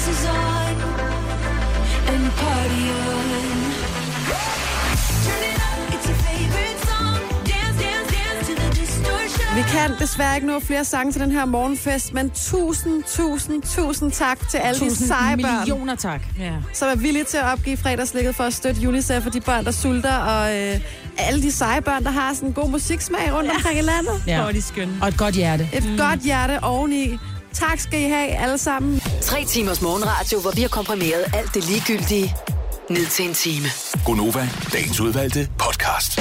glasses on and party on. Turn it up, it's your favorite song. Dance, dance, dance to the distortion. Vi kan desværre ikke nå flere sange til den her morgenfest, men tusind tak til alle de seje børn, millioner tak. Ja. som er villige til at opgive fredagslægget for at støtte UNICEF og de børn, der sulter, og alle de seje børn, der har sådan en god musiksmag rundt omkring i landet. Ja. Hvor er de skønne. Og et godt hjerte. Et godt hjerte oveni. Tak skal I have alle sammen. 3 timers morgenradio, hvor vi har komprimeret alt det ligegyldige ned til en time. Gonova, dagens udvalgte podcast.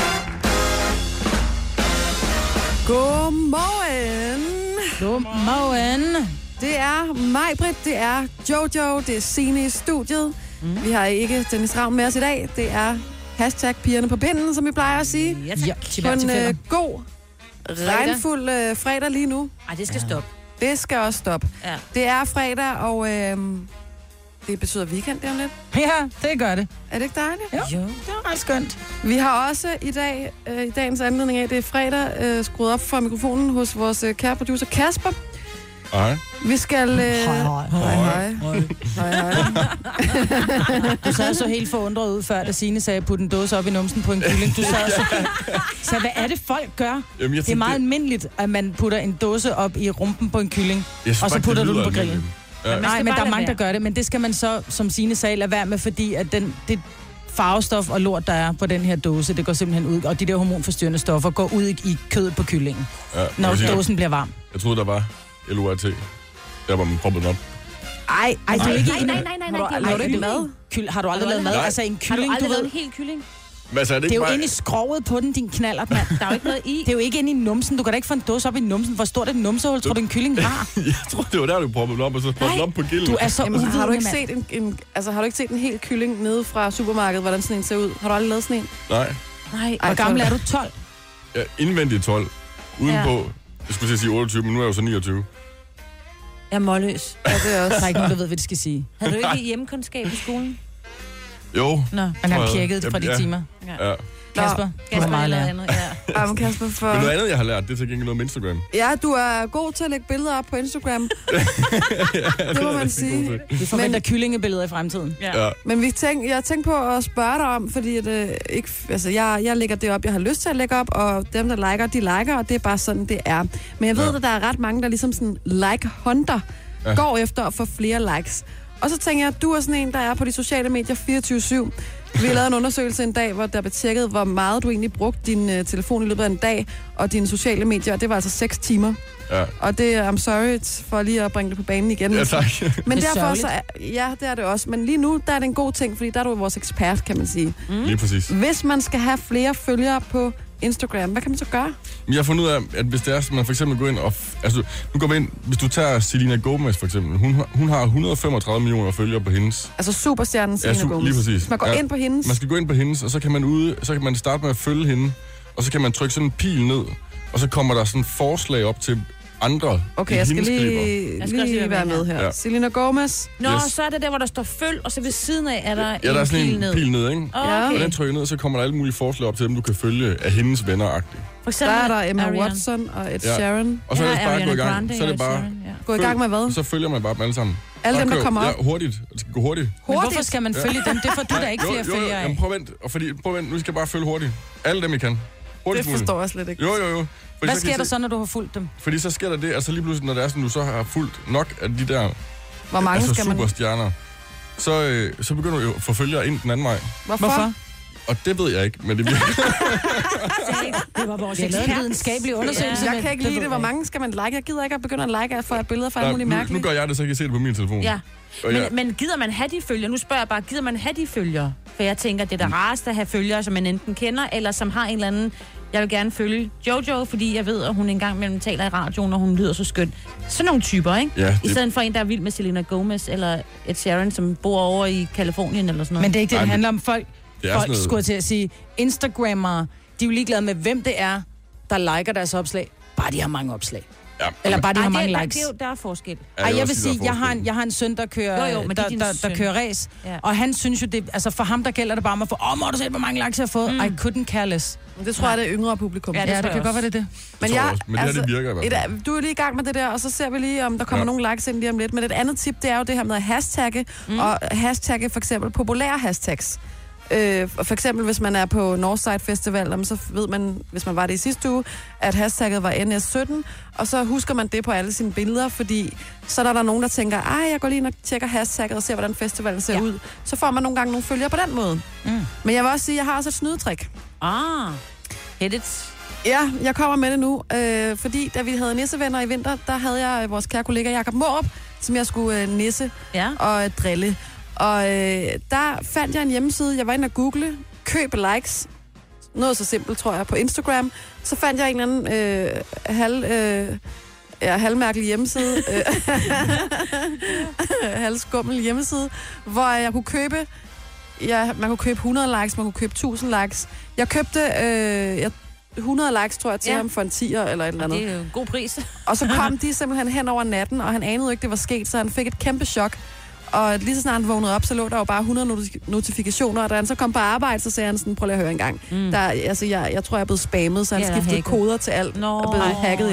Godmorgen. Godmorgen. Det er Majbrit, det er Jojo, det er Signe i studiet. Vi har ikke Dennis Ravn med os i dag. Det er #pigerne på pinden, som vi plejer at sige. Ja, tak. På en god, regnfuld fredag lige nu. Ej, det skal stoppe. Det skal også stoppe. Ja. Det er fredag, og det betyder weekend lige om lidt. Ja, det gør det. Er det ikke dejligt? Jo, det er ret skønt. Vi har også i dag, i dagens anledning af, det er fredag, skruet op for mikrofonen hos vores kære producer Kasper. Hej. Vi skal... Hej. Du sad så helt forundret ud før, da Signe sagde, put en dåse op i numsen på en kylling. Du sad så hvad er det folk gør? Jamen, det er meget almindeligt, at man putter en dåse op i rumpen på en kylling, og så putter du den på grillen. Ja. Nej, men der er mange, der gør det, men det skal man så, som Signe sagde, lade være med, fordi at det farvestof og lort, der er på den her dåse, det går simpelthen ud, og de der hormonforstyrrende stoffer går ud i kødet på kyllingen, når dåsen bliver varm. Jeg troede, der var LORT. Der var man proppet den op. Ej, det er ikke... Nej. Har du ikke mad? Har du aldrig lavet mad? Altså en kylling, har du du aldrig ved... lavet en hel kylling? Altså, det er jo inde i skroget på den, din knallert, mand. Der er jo ikke noget i. Det er jo ikke inde i numsen. Du kan da ikke få en dåse op i numsen. Hvor stort et numsehul tror du, en kylling har? Jeg tror, det var der, du proppede den op, og så proppede den op på gilden. Du er så uvidende, har du ikke set har du ikke set en hel kylling nede fra supermarkedet, hvordan sådan en ser ud? Har du aldrig lavet sådan en? Nej. Hvor gammel er du? 12? Ja, indvendigt 12. Udenpå, jeg skulle sige 28, men nu er jeg jo så 29. Jeg er målløs. Ja, det er også. Der er ikke nogen, der ved, hvad de skal sige. Havde du ikke hjemmekundskab i skolen? Jo. Nå, han har pjekket fra de timer. Ja. Kasper, du har meget lært. Ja, Kasper, for... Men noget andet, jeg har lært, det er til gengæld noget med Instagram. Ja, du er god til at lægge billeder op på Instagram. Det må man sige. Vi forventer kyllingebilleder i fremtiden. Ja. Men jeg tænkte på at spørge dig om, fordi jeg lægger det op, jeg har lyst til at lægge op, og dem, der liker, de liker, og det er bare sådan, det er. Men jeg ved, at der er ret mange, der ligesom sådan like-hunter, går efter at få flere likes. Og så tænker jeg, at du er sådan en, der er på de sociale medier 24/7. Vi har lavet en undersøgelse en dag, hvor der blev tjekket, hvor meget du egentlig brugte din telefon i løbet af en dag, og dine sociale medier, og det var altså 6 timer. Ja. Og det er, I'm sorry for lige at bringe det på banen igen. Ja, tak. Men det er derfor så, ja, det er det også. Men lige nu, der er det en god ting, fordi der er du vores ekspert, kan man sige. Lige præcis. Hvis man skal have flere følgere på Instagram, hvad kan man så gøre? Jeg har fundet ud af, at hvis det er, man for eksempel går ind og... Altså, nu går vi ind... Hvis du tager Selena Gomez for eksempel. Hun har 135 millioner følgere på hendes. Altså superstjernen Selena Gomez. Lige præcis. Man går ind på hendes. Man skal gå ind på hendes, og så kan man starte med at følge hende. Og så kan man trykke sådan en pil ned. Og så kommer der sådan et forslag op til andre. Okay, jeg skal lige være med her. Ja. Selena Gomez. Nå, så er det der, hvor der står følg, og så ved siden af er der der er sådan en pil ned, ikke? Okay. Og den trykker ned, så kommer der alle mulige forslag op til dem, du kan følge af hendes venner-agtigt. For eksempel der er der Emma Watson og Ed Sheeran. Og så er det bare gå i gang. Så er det bare... Gå i gang med hvad? Så følger man bare dem alle sammen. Alle dem, der kommer op? Ja, hurtigt. Det skal gå hurtigt. Men hvorfor skal man følge dem? Det får du da ikke flere følgere af. Jamen prøv at vent. Nu skal jeg bare følge hurtigt. Alle dem, I kan. Det forstår jeg slet ikke. Jo. Hvad sker der så, når du har fulgt dem? Fordi så sker der det, altså lige pludselig, når det er sådan, du så har fulgt nok af de der hvor mange skal superstjerner, så begynder du jo at få følgere ind den anden vej. Hvorfor? Og det ved jeg ikke, men det virker. Det var vores videnskabelige undersøgelse. Jeg kan ikke lide det. Hvor mange skal man like? Jeg gider ikke at begynde at like for et billede fra alle mulige mærkelige. Nu gør jeg det, så jeg kan se det på min telefon. Ja. Men gider man have de følgere? Nu spørger jeg bare, gider man have de følgere? For jeg tænker, det er da rarest at have følgere, som man enten kender, eller som har en eller anden... Jeg vil gerne følge Jojo, fordi jeg ved, at hun engang mellem taler i radioen, og hun lyder så skønt. Sådan nogle typer, ikke? Ja, I stedet for en, der er vild med Selena Gomez, eller Ed Sheeran, som bor over i Kalifornien, eller sådan noget. Men det er ikke det, det handler om. Folk skulle til at sige, Instagrammere, de er jo ligeglade med, hvem det er, der liker deres opslag. Bare de har mange opslag. Ja. Eller bare de har mange likes. Der er forskel. Ja, Ej, jeg vil sige, jeg har en søn, der kører, der kører race, og han synes jo, det, altså for ham, der gælder det bare om at få, må du se, hvor mange likes jeg har fået? I couldn't care less. Det tror jeg, det er yngre publikum. Ja, det kan godt være det. Men det virker i hvert fald. Du er lige i gang med det der, og så ser vi lige, om der kommer nogle likes ind lige om lidt. Men et andet tip, det er jo det her med at hashtagge, og hashtagge for eksempel populære hashtags. For eksempel, hvis man er på Northside Festival, så ved man, hvis man var det i sidste uge, at hashtagget var NS17, og så husker man det på alle sine billeder, fordi så er der nogen, der tænker, jeg går lige ind og tjekker hashtagget og ser, hvordan festivalen ser ud. Så får man nogle gange nogle følgere på den måde. Men jeg vil også sige, at jeg har også et snydetrik. Hit it. Ja, jeg kommer med det nu, fordi da vi havde nissevenner i vinter, der havde jeg vores kære kollega Jakob Mårup, som jeg skulle nisse og drille. Og der fandt jeg en hjemmeside, jeg var inde og google, køb likes, noget så simpelt, tror jeg, på Instagram. Så fandt jeg en eller anden halvmærkelig hjemmeside, halvskummel hjemmeside, hvor jeg kunne købe, man kunne købe 100 likes, man kunne købe 1000 likes. Jeg købte 100 likes, tror jeg, til ham for en 10'er eller et eller andet. Det er jo en god pris. Og så kom de simpelthen hen over natten, og han anede ikke, det var sket, så han fik et kæmpe chok. Og lige så snart han vågnede op, så lå der jo bare 100 notifikationer, og da han så kom på arbejde, så sagde han sådan, prøv lige at høre en gang. Jeg tror, jeg er blevet spammet, så han skiftede koder til alt og blevet hacket,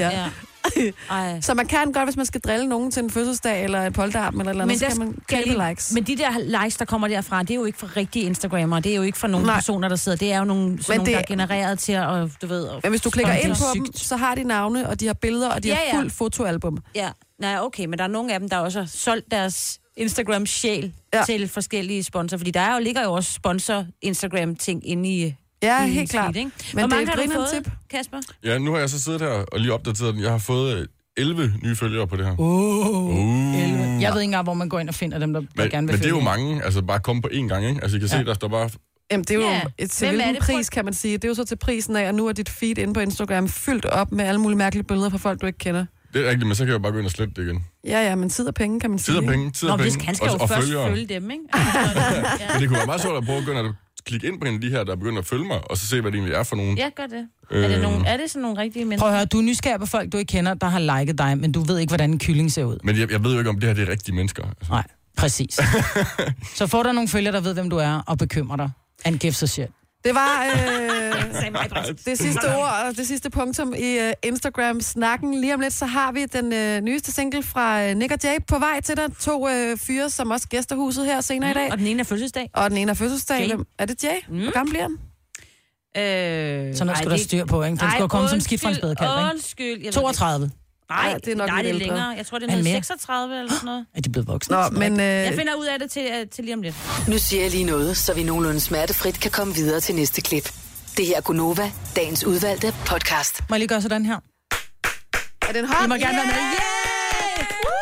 Så man kan godt, hvis man skal drille nogen til en fødselsdag, eller et polterappen, eller noget, så kan man købe likes. Men de der likes, der kommer derfra, det er jo ikke fra rigtige Instagrammer, det er jo ikke fra nogle personer, der sidder, det er jo nogle, der er genereret til at, du ved... Men hvis du klikker ind på dem, så har de navne, og de har billeder, og de har fuldt fotoalbum. Ja, okay, men der er nogle af dem, der også har solgt deres Instagram-sjæl til forskellige sponsorer, fordi der ligger jo også sponsor-Instagram-ting inde i... Ja, helt klart. Men hvor mange har du fået, tip, Kasper? Ja, nu har jeg så siddet her og lige opdateret den. Jeg har fået 11 nye følgere på det her. 11. Jeg ved ikke engang, hvor man går ind og finder dem, der gerne vil følge. Men det er jo mange, altså bare komme på én gang, ikke? Altså I kan se, der står bare... Jamen, det er jo til hvilken pris, kan man sige. Det er jo så til prisen af, at nu er dit feed inde på Instagram fyldt op med alle mulige mærkelige billeder fra folk, du ikke kender. Det er rigtigt, men så kan jeg bare gå ind og slette det igen. Ja, men tid og penge, kan man sige. Tid og penge. Han skal jo først følge dem, ikke? Men det kunne være meget sjovt at prøve at gå ind og klikke ind på en af de her, der begynder at følge mig, og så se, hvad det egentlig er for nogen. Ja, gør det. Er det sådan nogle rigtige mennesker? Prøv at høre, du er nysgerrig på folk, du ikke kender, der har liket dig, men du ved ikke, hvordan en kylling ser ud. Men jeg ved jo ikke, om det her det er rigtige mennesker. Altså. Nej, præcis. Så får der nogle følgere, der ved, hvem du er, og bekymrer dig. And gives a shit. Det var det sidste ord og det sidste punktum i Instagram-snakken. Lige om lidt, så har vi den nyeste single fra Nick og Jay på vej til dig. 2 fyre, som også gæster huset her senere i dag. Og den ene er fødselsdag. Er det Jay? Hvor gammel bliver han? Sådan noget skulle der styr på, ikke? Den skulle komme som skidt fra en spædekald, ikke? 32. Nej, det er nok lidt længere. Jeg tror, det er noget 36 eller sådan noget. Er de blevet voksne? Men, jeg finder ud af det til lige om lidt. Nu siger jeg lige noget, så vi nogenlunde smertefrit kan komme videre til næste klip. Det her er Gunova, dagens udvalgte podcast. Må jeg lige gøre sådan her? Er det en hånd? I må gerne være med. Yeah!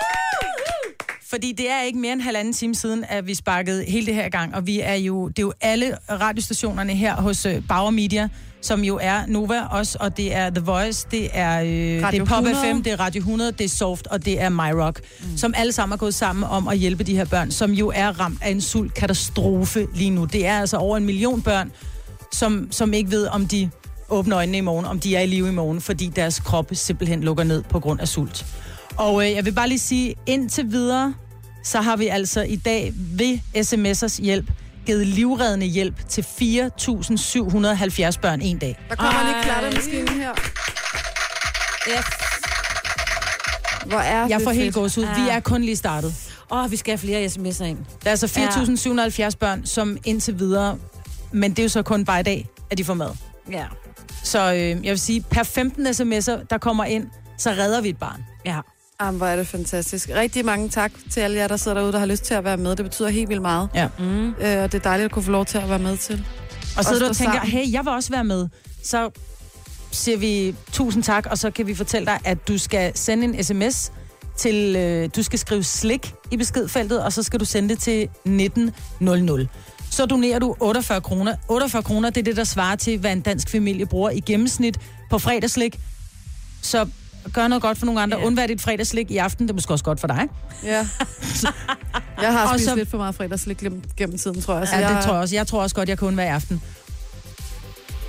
Fordi det er ikke mere end 1,5 time siden, at vi sparkede hele det her gang. Og det er jo alle radiostationerne her hos Bauer Media, som jo er Nova også, og det er The Voice, det er Pop 100. FM, det er Radio 100, det er Soft, og det er My Rock, som alle sammen er gået sammen om at hjælpe de her børn, som jo er ramt af en sultkatastrofe lige nu. Det er altså over 1 million børn, som ikke ved, om de åbner øjnene i morgen, om de er i live i morgen, fordi deres krop simpelthen lukker ned på grund af sult. Og jeg vil bare lige sige, indtil videre, så har vi altså i dag ved sms'ers hjælp givet livreddende hjælp til 4.770 børn en dag. Der kommer lige klattemaskinen her. Yes. Hvor er jeg det får helt fedt. gås ud. Vi er kun lige startet. Vi skal have flere sms'er ind. Der er altså 4.770 børn, som indtil videre, men det er jo så kun bare i dag, at de får mad. Ja. Så jeg vil sige, per 15 sms'er, der kommer ind, så redder vi et barn. Ja. Jamen, hvor er det fantastisk. Rigtig mange tak til alle jer, der sidder derude, der har lyst til at være med. Det betyder helt vildt meget. Ja. Og det er dejligt at kunne få lov til at være med til. Og så du tænker, hey, jeg vil også være med. Så siger vi 1000 tak, og så kan vi fortælle dig, at du skal sende en sms til, du skal skrive slik i beskedfeltet, og så skal du sende det til 1900. Så donerer du 48 kroner. 48 kroner, det er det, der svarer til, hvad en dansk familie bruger i gennemsnit på fredagslik. Så gør noget godt for nogle andre. Undvær dit fredagslik i aften. Det er måske også godt for dig. Ja. Jeg har spist lidt for meget fredagslik gennem tiden, tror jeg. Så det tror jeg også. Jeg tror også godt, jeg kan undvære i aften.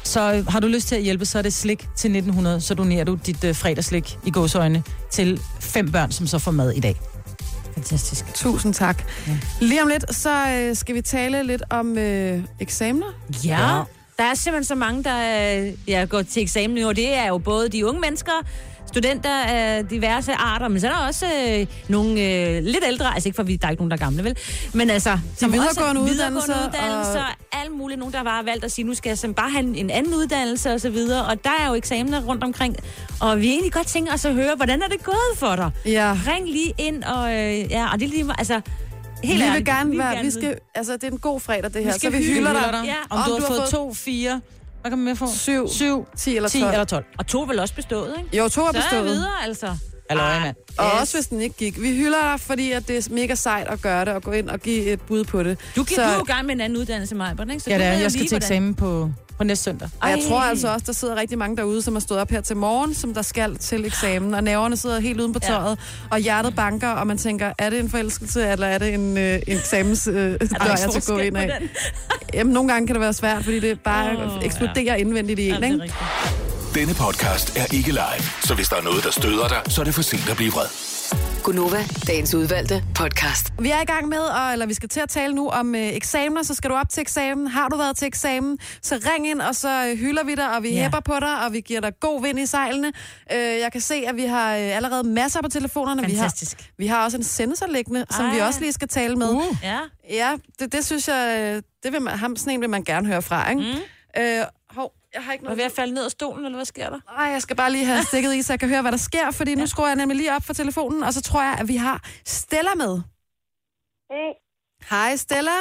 Så har du lyst til at hjælpe, så er det slik til 1900, så donerer du dit fredagsslik i gåseøjne til 5 børn, som så får mad i dag. Fantastisk. Tusind tak. Ja. Lige om lidt, så skal vi tale lidt om eksamener. Ja, der er simpelthen så mange, der går til eksamen nu, og det er jo både de unge mennesker, studenter af diverse arter, men så er der også nogle lidt ældre, altså ikke for, der er ikke nogen, der er gamle, vel? Men altså... Som videregående uddannelser og alt muligt. Nogen, der bare har valgt at sige, nu skal jeg bare have en anden uddannelse og så videre. Og der er jo eksamener rundt omkring. Og vi egentlig godt tænker os at høre, hvordan er det gået for dig? Ja. Ring lige ind, og og det er lige... Altså, helt ærligt, det er en god fredag, det her. Så vi hylder dig. Ja. Om du har fået 2, 4... Hvad kan man med få? 7, 10 eller 12. 10 eller 12. Og 2 er vel også bestået, ikke? Jo, 2 er bestået. Så er videre, altså. Mand. Og også hvis den ikke gik. Vi hylder dig, fordi at det er mega sejt at gøre det, og gå ind og give et bud på det. Du er jo i gang med en anden uddannelse, Majbert, ikke? Så ja, det er. Jeg skal til eksamen på næste søndag. Og jeg tror altså også, der sidder rigtig mange derude, som har stået op her til morgen, som der skal til eksamen, og nerverne sidder helt uden på tøjet, og hjertet banker, og man tænker, er det en forelskelse, eller er det en eksamensdør, jeg skal gå ind af? Jamen, nogle gange kan det være svært, fordi det bare eksploderer indvendigt i en, ikke? Denne podcast er ikke live, så hvis der er noget, der støder dig, så er det for sent at blive vred. Gunova, dagens udvalgte podcast. Vi er i gang med, vi skal til at tale nu om eksamener, så skal du op til eksamen. Har du været til eksamen, så ring ind, og så hylder vi dig, og vi hæpper på dig, og vi giver dig god vind i sejlene. Jeg kan se, at vi har allerede masser på telefonerne. Fantastisk. Vi har også en sensor liggende, som vi også lige skal tale med. Ja, det synes jeg, sådan en vil man gerne høre fra, ikke? Jeg har ikke noget. Er ved at falde ned af stolen, eller hvad sker der? Nej, jeg skal bare lige have stikket i, så jeg kan høre, hvad der sker, fordi nu skruer jeg nemlig lige op for telefonen, og så tror jeg, at vi har Stella med. Hey. Hej, Stella.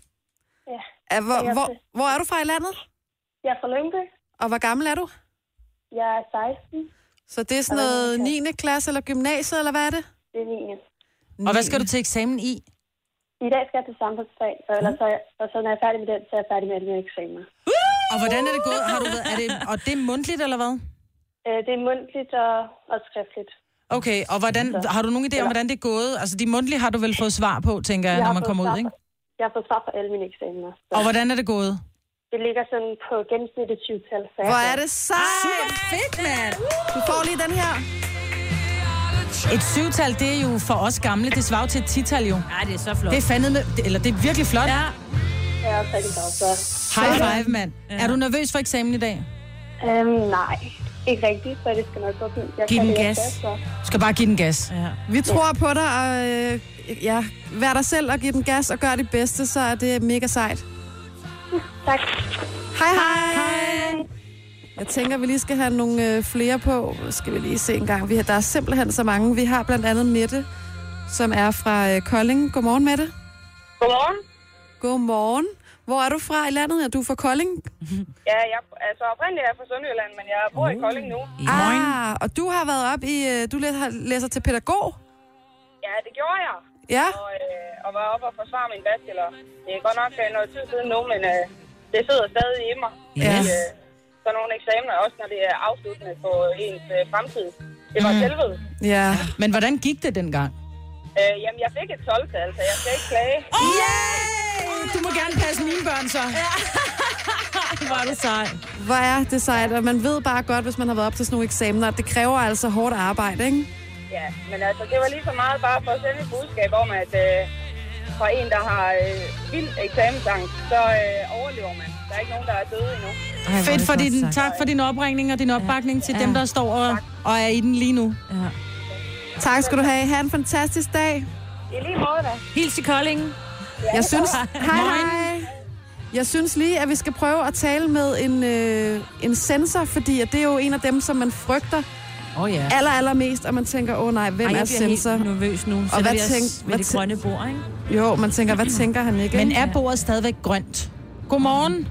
Ja. Hvor er du fra i landet? Jeg er fra Lyngby. Og hvor gammel er du? Jeg er 16. Så det er sådan noget 9. klasse eller gymnasiet, eller hvad er det? Det er 9. Og hvad skal du til eksamen i? I dag skal jeg til samfundsfag, og så når jeg er færdig med den, så er jeg færdig med alle mine eksamener. Og hvordan er det gået? Og det er mundtligt, eller hvad? Det er mundtligt og skriftligt. Okay, og har du nogen idé om, hvordan det er gået? Altså, de mundtlige har du vel fået svar på, tænker jeg, når man kommer ud, ikke? Jeg har fået svar på alle mine eksamener. Og hvordan er det gået? Det ligger sådan på gennemsnittet 20-tal. Hvor er det sejt! Super fedt, mand! Du får lige den her. Et 7-tal, det er jo for os gamle, det svarer til et 10-tal jo. Ja, det er så flot. Det er fandme, det er virkelig flot. Ja. Jeg er også rigtig glad for. High five, mand. Ja. Er du nervøs for eksamen i dag? Nej, ikke rigtigt, så det skal nok gå fint. Giv den gas. Du skal bare give den gas. Ja. Vi tror på dig, og vær dig selv og giv den gas og gør det bedste, så er det mega sejt. Tak. Hej. Jeg tænker, vi lige skal have nogle flere på. Skal vi lige se en gang. Der er simpelthen så mange. Vi har blandt andet Mette, som er fra Kolding. Godmorgen, Mette. Godmorgen. Godmorgen. Hvor er du fra i landet? Er du fra Kolding? Ja, oprindeligt er jeg fra Sønderjylland, men jeg bor i Kolding nu. Og du har været op i... Du læser til pædagog? Ja, det gjorde jeg. Ja. Og var oppe og forsvare min bachelor. Det er godt nok noget tid siden nu, men det sidder stadig i mig. Ja. Så nogle eksamener, også når det er afsluttende på ens fremtid. Det var helvede. Ja. Men hvordan gik det dengang? Jamen, jeg fik et 12-tal, så jeg skal ikke klage. Du må gerne passe mine børn, så. Hvor er det sejt. Hvor er det sejt, og man ved bare godt, hvis man har været op til sådan nogle eksamener, at det kræver altså hårdt arbejde, ikke? Ja, men altså, det var lige så meget bare for at sende et budskab om, at fra en, der har vild eksamensangst, så overlever man. Der er ikke nogen, der er døde endnu. Fedt tak for din opringning og din opbakning til dem, der står og er i den lige nu. Ja. Tak skal du have. Ha' en fantastisk dag. I lige måde da. Hils i Kolding. Ja, jeg synes... Hej. Jeg synes lige, at vi skal prøve at tale med en sensor, fordi at det er jo en af dem, som man frygter allermest, og man tænker, nej, hvem er sensor? Jeg bliver helt nervøs nu. Og hvad tænker det grønne bord, ikke? Jo, man tænker, hvad tænker han ikke? Men er bordet stadigvæk grønt? Godmorgen.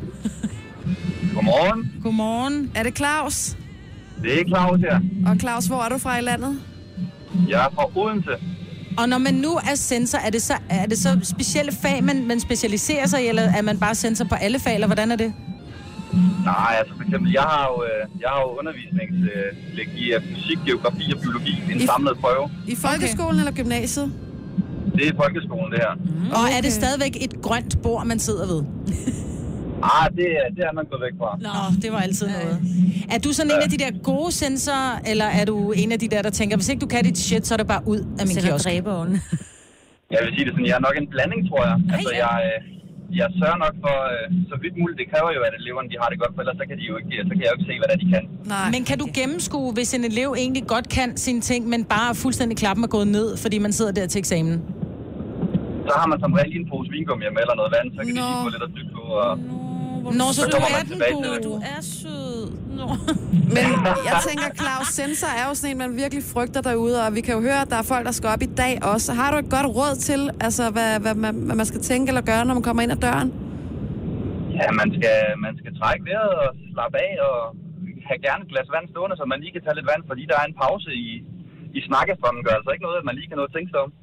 Godmorgen. Er det Claus? Det er Claus, ja. Og Claus, hvor er du fra i landet? Jeg er fra Odense. Og når man nu er sensor, er det så specielle fag, man specialiserer sig i, eller er man bare sensor på alle fag, eller hvordan er det? Nej, altså for eksempel, jeg har jo undervisningslæg i fysik, geografi og biologi, en samlet prøve. I folkeskolen eller gymnasiet? Det er folkeskolen, det her. Og er det stadigvæk et grønt bord, man sidder ved? Det er man gået væk fra. Nå, det var altid noget. Er du sådan en af de der gode sensorer, eller er du en af de der tænker, hvis ikke du kan dit shit, så er det bare ud af min kiosk? Jeg vil sige det sådan, jeg er nok en blanding, tror jeg. Altså, jeg sørger nok for, så vidt muligt, det kræver jo, at eleverne de har det godt, for ellers så kan jeg jo ikke se, hvad det er, de kan. Nej. Men kan du gennemskue, hvis en elev egentlig godt kan sine ting, men bare fuldstændig klappen er gået ned, fordi man sidder der til eksamen? Så har man som regel en pose vingummi med eller noget vand, så kan de lige få lidt at dykke på. Nå, så du er den gode. Du er sød. Men jeg tænker, Claus, sensor er jo sådan en, man virkelig frygter derude, og vi kan jo høre, at der er folk, der skal op i dag også. Har du et godt råd til, altså, hvad man skal tænke eller gøre, når man kommer ind ad døren? Ja, man skal trække vejret og slappe af, og have gerne et glas vand stående, så man lige kan tage lidt vand, fordi der er en pause i snakkestrømmen, gør altså ikke noget, at man lige kan nå at tænke sig om.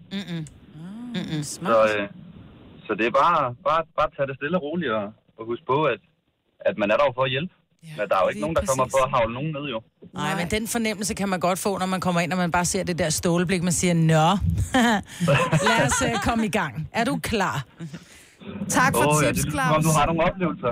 Så det er bare at tage det stille og roligt, og huske på, at man er der for at hjælpe. Men der er jo ikke nogen, der kommer for at havle nogen ned, jo. Nej, men den fornemmelse kan man godt få, når man kommer ind, og man bare ser det der ståleblik, man siger, nå, lad os komme i gang. Er du klar? Tak for tips, Claus. Du har nogle oplevelser.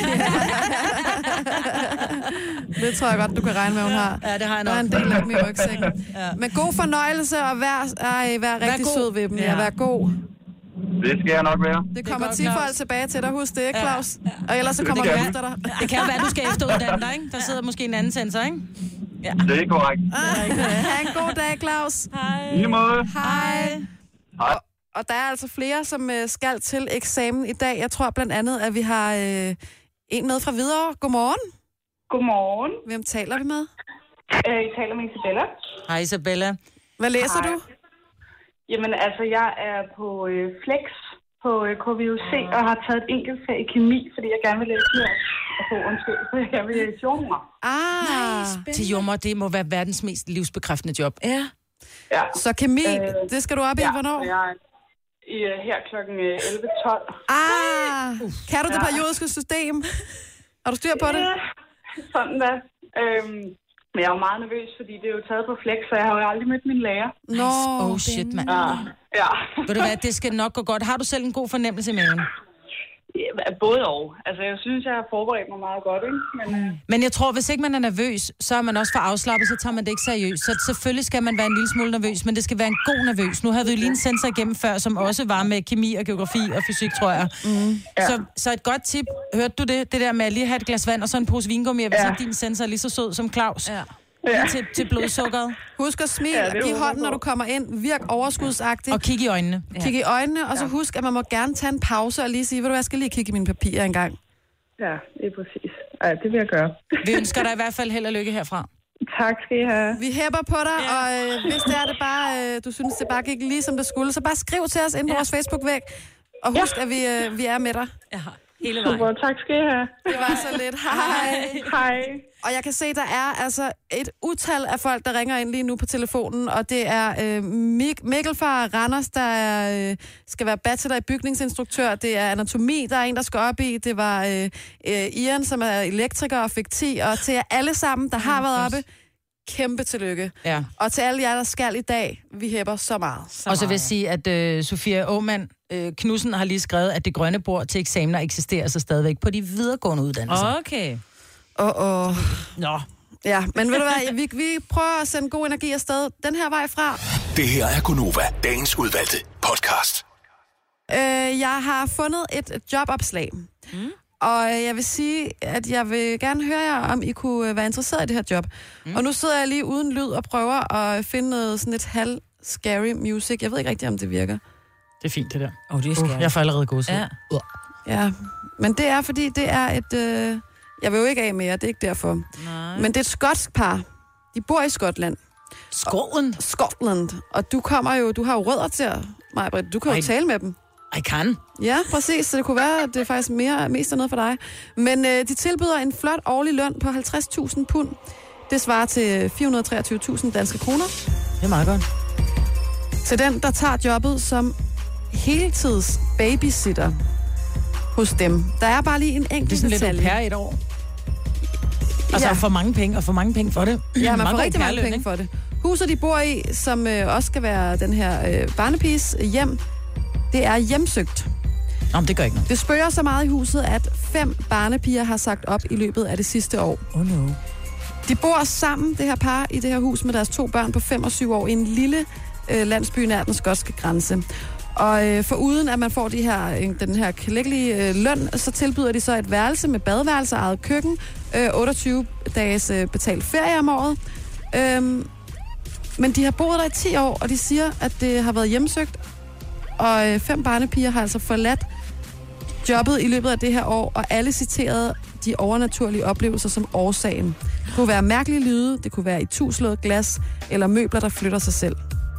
Det tror jeg godt, du kan regne med, hun har. Ja, det har jeg nok. Der er en del af dem i rygsækken. Ja. Men god fornøjelse, og vær rigtig sød ved dem. Ja, vær god. Det skal jeg nok være. Det kommer 10 folk tilbage til dig. Husk det, ikke, Claus? Ja. Og ellers så kommer vi efter dig. Det kan jo være, du skal efteruddanne dig, ikke? Der sidder måske en anden sensor, ikke? Ja. Det er korrekt. Ha' en god dag, Claus. Hej. Lige måde. Hej. Hej. Og der er altså flere, som skal til eksamen i dag. Jeg tror blandt andet, at vi har en med fra Hvidovre. Godmorgen. Godmorgen. Hvem taler vi med? I taler med Isabella. Hej, Isabella. Hvad læser du? Jamen, altså, jeg er på Flex på KVUC og har taget et enkelt fag i kemi, fordi jeg gerne vil læse her. Så jeg gerne vil læse jordmor. Til jordmor, det må være verdens mest livsbekræftende job. Ja. Så kemi, det skal du op i, hvornår? Ja, her klokken 11:12. Kan du det periodiske system? Har du styr på det? Ja, sådan da. Men jeg er jo meget nervøs, fordi det er jo taget på Flex, så jeg har jo aldrig mødt min lærer. Oh shit, mand. Ja. Ved du hvad, det skal nok gå godt. Har du selv en god fornemmelse i maven? Ja, både og. Altså, jeg synes, jeg har forberedt mig meget godt, ikke? Men jeg tror, hvis ikke man er nervøs, så er man også for afslappet, så tager man det ikke seriøst. Så selvfølgelig skal man være en lille smule nervøs, men det skal være en god nervøs. Nu havde vi jo lige en sensor igennem før, som også var med kemi og geografi og fysik, tror jeg. Så et godt tip. Hørte du det? Det der med at lige have et glas vand og så en pose vingummi, hvis ikke din sensor er lige så sød som Claus. Til blodsukkeret. Husk at smile, giv hånden, når du kommer ind. Virk overskudsagtigt. Og kig i øjnene. Kig i øjnene, og så husk, at man må gerne tage en pause og lige sige, ved du hvad, jeg skal lige kigge i mine papirer en gang. Ja, det er præcis. Ja, det vil jeg gøre. Vi ønsker dig i hvert fald held og lykke herfra. Tak skal I have. Vi hæpper på dig, og hvis det er det bare, du synes, det bare gik lige som det skulle, så bare skriv til os ind på vores Facebook-væg, og husk, at vi er med dig. Ja. Hele vejen. Super, tak skal I have. Det var så lidt. Hej. Hej. Og jeg kan se, der er altså et utal af folk, der ringer ind lige nu på telefonen, og det er Mikkel fra Randers, der skal være bachelor i bygningsinstruktør. Det er anatomi, der er en, der skal op i. Det var Ian, som er elektriker og fik 10. Og til jer alle sammen, der har været oppe, kæmpe tillykke. Ja. Og til alle jer, der skal i dag, vi hæpper så meget. Og så vil jeg sige, at Sofia Aamand Knudsen har lige skrevet, at det grønne bord til eksamener eksisterer så stadigvæk på de videregående uddannelser. Okay. Nå. Ja, men ved du hvad, vi prøver at sende god energi afsted den her vej fra. Det her er Gonova, dagens udvalgte podcast. Jeg har fundet et jobopslag. Og jeg vil sige, at jeg vil gerne høre jer, om I kunne være interesseret i det her job. Og nu sidder jeg lige uden lyd og prøver at finde noget sådan et halv-scary music. Jeg ved ikke rigtig, om det virker. Det er fint, det der. Det er scary. Jeg får allerede godset. Ja, men det er, fordi det er et... jeg vil jo ikke af mere, det er ikke derfor. Nej. Men det er et skotsk par. De bor i Skotland. Skotland. Og du har jo rødder til, Maj-Britt. Du kan jo tale med dem. I kan. Ja, præcis. Så det kunne være, at det er faktisk mest er noget for dig. Men de tilbyder en flot årlig løn på 50.000 pund. Det svarer til 423.000 danske kroner. Det er meget godt. Til den, der tager jobbet som heltids babysitter hos dem. Der er bare lige en enkelt detalje. Det er sådan lidt per et år. Altså for mange penge, og for mange penge for det. Ja, man får rigtig mange penge for det. Huset, de bor i, som også skal være den her barnepiges hjem, det er hjemsøgt. Nå, det gør ikke noget. Det spørger så meget i huset, at 5 barnepiger har sagt op i løbet af det sidste år. Oh no. De bor sammen, det her par, i det her hus med deres 2 børn på 5 og 7 år i en lille landsby nær den skotske grænse. Og foruden at man får den her klækkelige løn, så tilbyder de så et værelse med badeværelse og eget køkken, 28 dages betalt ferie om året. Men de har boet der i 10 år, og de siger, at det har været hjemsøgt. Og 5 barnepiger har altså forladt jobbet i løbet af det her år, og alle citerede de overnaturlige oplevelser som årsagen. Det kunne være mærkelige lyde, det kunne være ituslået glas, eller møbler, der flytter sig selv.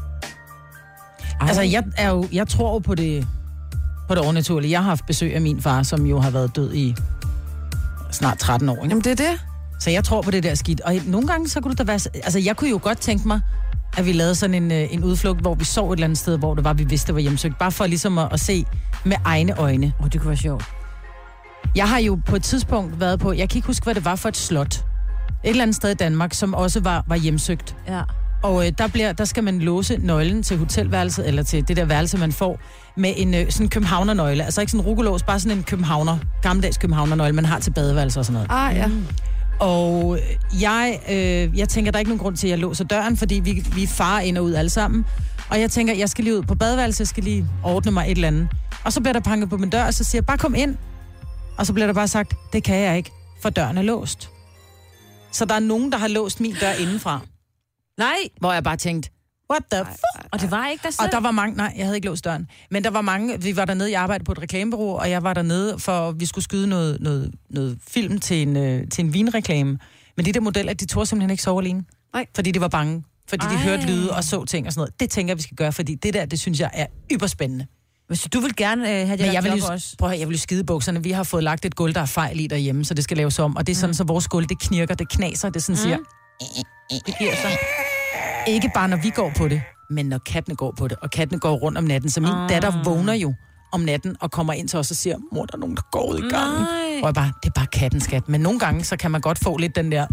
Altså, jeg tror jo på det overnaturlige. Jeg har haft besøg af min far, som jo har været død i snart 13 år. Ikke? Jamen, det er det. Så jeg tror på det der skidt. Og nogle gange, så kunne det da være... Altså, jeg kunne jo godt tænke mig, at vi lavede sådan en udflugt, hvor vi sov et eller andet sted, hvor det var, vi vidste, det var hjemsøgt. Bare for ligesom at se med egne øjne. Det kunne være sjovt. Jeg har jo på et tidspunkt været på... Jeg kan ikke huske, hvad det var for et slot. Et eller andet sted i Danmark, som også var hjemsøgt. Ja. Og der skal man låse nøglen til hotelværelset, eller til det der værelse, man får, med en sådan københavnernøgle. Altså ikke sådan en rugelås, bare sådan en gammeldags københavnernøgle, man har til badeværelse og sådan noget. Ah, ja. Og jeg tænker, der er ikke nogen grund til, at jeg låser døren, fordi vi farer ind og ud alle sammen. Og jeg tænker, jeg skal lige ud på badeværelse, jeg skal lige ordne mig et eller andet. Og så bliver der banket på min dør, og så siger jeg, bare kom ind. Og så bliver der bare sagt, det kan jeg ikke, for døren er låst. Så der er nogen, der har låst min dør indenfra. Nej. Hvor jeg bare tænkte, what the fuck? Og det var ikke der selv? Og der var mange, nej, jeg havde ikke låst døren. Men der var mange, vi var dernede, jeg arbejdede på et reklamebureau, og jeg var dernede, for vi skulle skyde noget film til en vinreklame. Men de der modeller, de tog simpelthen ikke sove alene. Nej. Fordi de var bange. Fordi de hørte lyde og så ting og sådan noget. Det tænker jeg, vi skal gøre, fordi det synes jeg er yberspændende. Hvis du vil gerne have det her job også. Prøv at jeg vil jo skide i bukserne. Vi har fået lagt et gulv, der er fejl i derhjemme, så det skal laves om. Og det er sådan, så vores gulv, det knirker, det knaser, det sådan siger... Det giver sig. Ikke bare, når vi går på det, men når kattene går på det. Og kattene går rundt om natten. Så min datter vågner jo om natten og kommer ind til os og siger, mor, der er nogen, der går ud i gangen. Og det er bare kattens skat. Men nogle gange, så kan man godt få lidt den der...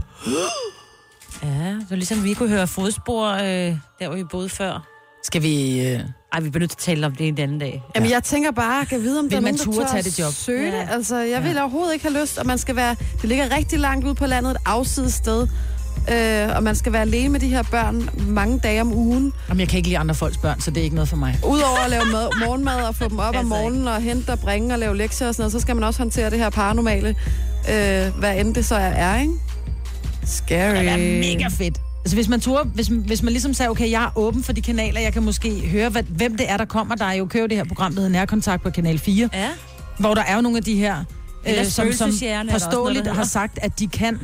Ja, så ligesom vi kunne høre fodspor, der hvor vi boede før. Skal vi... Ej, vi bliver nødt til at tale om det en anden dag. Jamen, jeg tænker bare, kan vide, om der er nogen, der tage det job? Søge det. Altså, jeg vil overhovedet ikke have lyst, og man skal være... Det ligger rigtig langt ude på landet, et afsides sted. Og man skal være alene med de her børn mange dage om ugen. Jamen, jeg kan ikke lide andre folks børn, så det er ikke noget for mig. Udover at lave morgenmad og få dem op om morgenen og hente og bringe og lave lektier og sådan noget, så skal man også håndtere det her paranormale, hvad end det så er, ikke? Scary. Det er mega fedt. Altså hvis man ligesom sagde, okay, jeg er åben for de kanaler, jeg kan måske høre, hvem det er, der kommer. Der er jo købt det her program, der hedder Nærkontakt på Kanal 4, hvor der er jo nogle af de her, som forståeligt har sagt, at de kan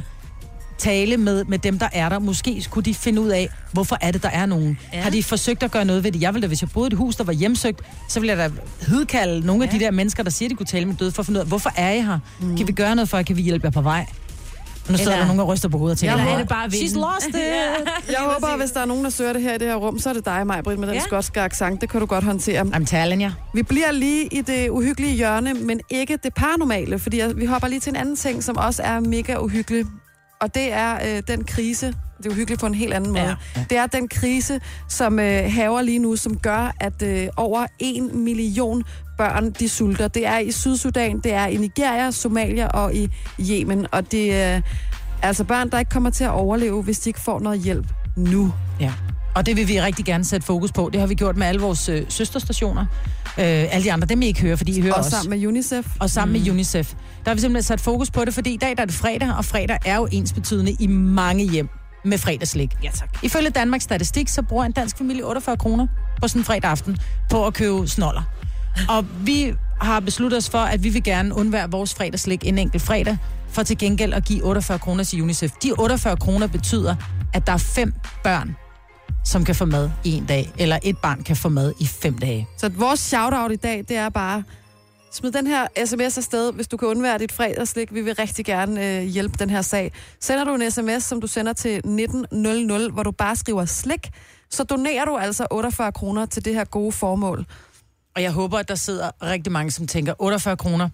tale med dem, der er der. Måske skulle de finde ud af, hvorfor er det, der er nogen. Ja. Har de forsøgt at gøre noget ved det? Jeg ville da, hvis jeg boede i et hus, der var hjemsøgt, så ville jeg da hidkalde nogle af de der mennesker, der siger, de kunne tale med døde, for at finde ud af, hvorfor er jeg her? Kan vi gøre noget for, kan vi hjælpe jer på vej? Nu sidder der nogen, der ryster på hovedet og tænker, eller er det bare she's lost it. Jeg håber, at hvis der er nogen, der søger det her i det her rum, så er det dig, Maj-Britt, med den skotske accent. Det kan du godt håndtere. I'm telling you. Vi bliver lige i det uhyggelige hjørne, men ikke det paranormale, fordi vi hopper lige til en anden ting, som også er mega uhyggelig. Og det er den krise, det er uhyggeligt på en helt anden måde. Ja. Det er den krise, som hærger lige nu, som gør, at over 1 million børn, de sulter. Det er i Sydsudan, det er i Nigeria, Somalia og i Yemen. Og det er altså børn, der ikke kommer til at overleve, hvis de ikke får noget hjælp nu. Ja. Og det vil vi rigtig gerne sætte fokus på. Det har vi gjort med alle vores søsterstationer. Alle de andre, dem I ikke hører, fordi I hører også. Og sammen med UNICEF. Og sammen med UNICEF. Der har vi simpelthen sat fokus på det, fordi i dag der er det fredag, og fredag er jo ensbetydende i mange hjem med fredagslik. Ja, tak. Ifølge Danmarks Statistik, så bruger en dansk familie 48 kroner på sådan en fredag aften på at købe snoller. Og vi har besluttet os for, at vi vil gerne undvære vores fredagslik en enkelt fredag, for til gengæld at give 48 kroner til UNICEF. De 48 kroner betyder, at der er 5 børn, som kan få mad i en dag, eller et barn kan få mad i 5 dage. Så vores shout-out i dag, det er bare, smid den her sms afsted, hvis du kan undvære dit fredagslik. Vi vil rigtig gerne hjælpe den her sag. Sender du en sms, som du sender til 1900, hvor du bare skriver slik, så donerer du altså 48 kroner til det her gode formål. Og jeg håber, at der sidder rigtig mange, som tænker, 48 kroner,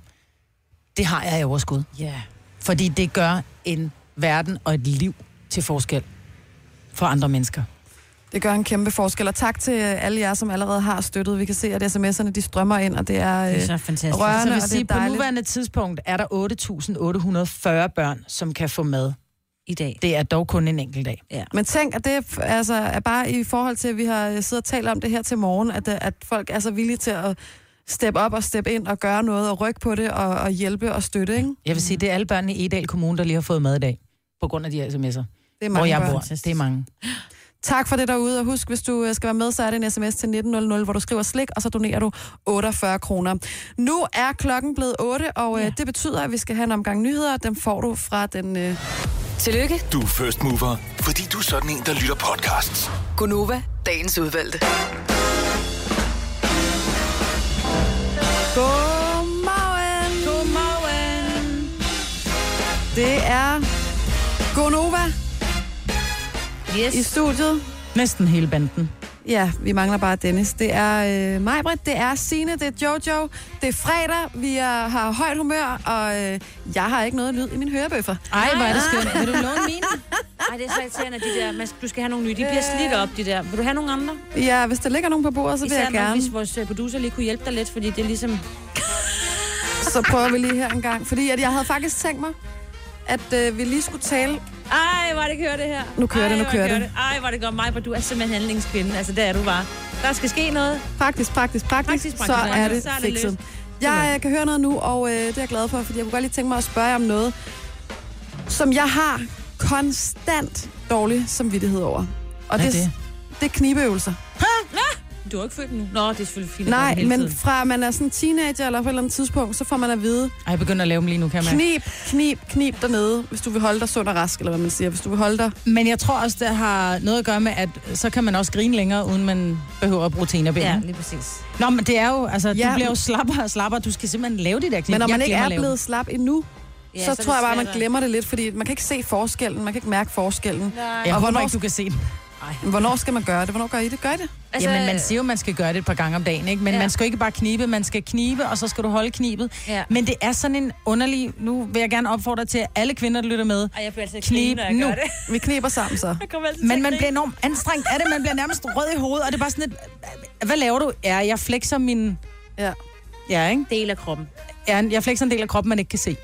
det har jeg i overskud. Ja. Yeah. Fordi det gør en verden og et liv til forskel for andre mennesker. Det gør en kæmpe forskel, og tak til alle jer, som allerede har støttet. Vi kan se, at sms'erne de strømmer ind, og det er så fantastisk. rørende, Så vil og det sige, er på dejligt. nuværende tidspunkt er der 8.840 børn, som kan få mad. I dag. Det er dog kun en enkelt dag. Ja. Men tænk, at det er bare i forhold til, at vi har siddet og talt om det her til morgen, at folk er så villige til at steppe op og steppe ind og gøre noget og rykke på det og hjælpe og støtte, ikke? Jeg vil sige, det er alle børn i Egedal Kommune, der lige har fået mad i dag, på grund af de her sms'er. Det er mange hvor jeg børn. bor. Det er mange. Tak for det derude, og husk, hvis du skal være med, så er det en sms til 1900, hvor du skriver slik, og så donerer du 48 kroner. Nu er klokken blevet 8, og det betyder, at vi skal have en omgang nyheder. Dem får du fra den... Tillykke, Du er first mover, fordi du er sådan en, der lytter podcasts. Gunova, dagens udvalgte. Godmorgen! Godmorgen! Det er Gonova Yes. i studiet. Næsten hele banden. Ja, vi mangler bare Dennis. Det er Majbrit, det er Signe, det er Jojo. Det er fredag, vi har højt humør, og jeg har ikke noget lyd i mine hørebøffer. Ej, hvor er det skønt. Vil du låne mine? Ej, det er så irriterende, de der. Du skal have nogle nye. De bliver slidt op, de der. Vil du have nogle andre? Ja, hvis der ligger nogen på bordet, så vil jeg gerne. Hvis vores producer lige kunne hjælpe dig lidt, fordi det er ligesom... Så prøver vi lige her en gang. Fordi at jeg havde faktisk tænkt mig, at vi lige skulle tale... Ej, hvor det kører det her. Nu kører det. Ej, hvor det går mig, for du er simpelthen handlingskvinde. Altså, det er du bare. Der skal ske noget. Praktisk, så er det fikset. Jeg kan høre noget nu, og det er jeg glad for, fordi jeg kunne godt lige tænke mig at spørge jer om noget, som jeg har konstant dårlig samvittighed over. Og det er knibeøvelser. Du er ikke født nu. Nå, det er selvfølgelig fint. Nej, men fra man er sådan teenager eller på et eller andet tidspunkt, så får man at vide... Ej, jeg begynder at lave dem lige nu, kan man. Knib dernede, hvis du vil holde dig sund og rask, eller hvad man siger. Hvis du vil holde dig... Men jeg tror også, det har noget at gøre med, at så kan man også grine længere, uden man behøver at bruge tenerben. Ja, lige præcis. Nå, men det er jo, altså, du bliver jo slappere og slappere. Du skal simpelthen lave de der knib. Men når man ikke er blevet slap endnu, ja, så tror jeg bare, man glemmer det lidt, fordi man kan ikke se forskellen, man kan ikke mærke forskellen. Jeg håber ikke, du kan se den. Hvornår skal man gøre det? Hvornår gør I det? Gør I det? Altså, jamen, man siger jo, man skal gøre det et par gange om dagen, ikke? Men man skal jo ikke bare knibe, man skal knibe, og så skal du holde knibet. Ja. Men det er sådan en underlig... Nu vil jeg gerne opfordre til, at alle kvinder, der lytter med, jeg bliver altid knib når jeg nu. gør det. Vi kniber sammen så. Men man bliver enormt anstrengt af det, man bliver nærmest rød i hovedet, og det er bare sådan et... Hvad laver du? Ja, jeg flexer min... Ja, ikke? Del af kroppen. Ja, jeg flexer en del af kroppen, man ikke kan se.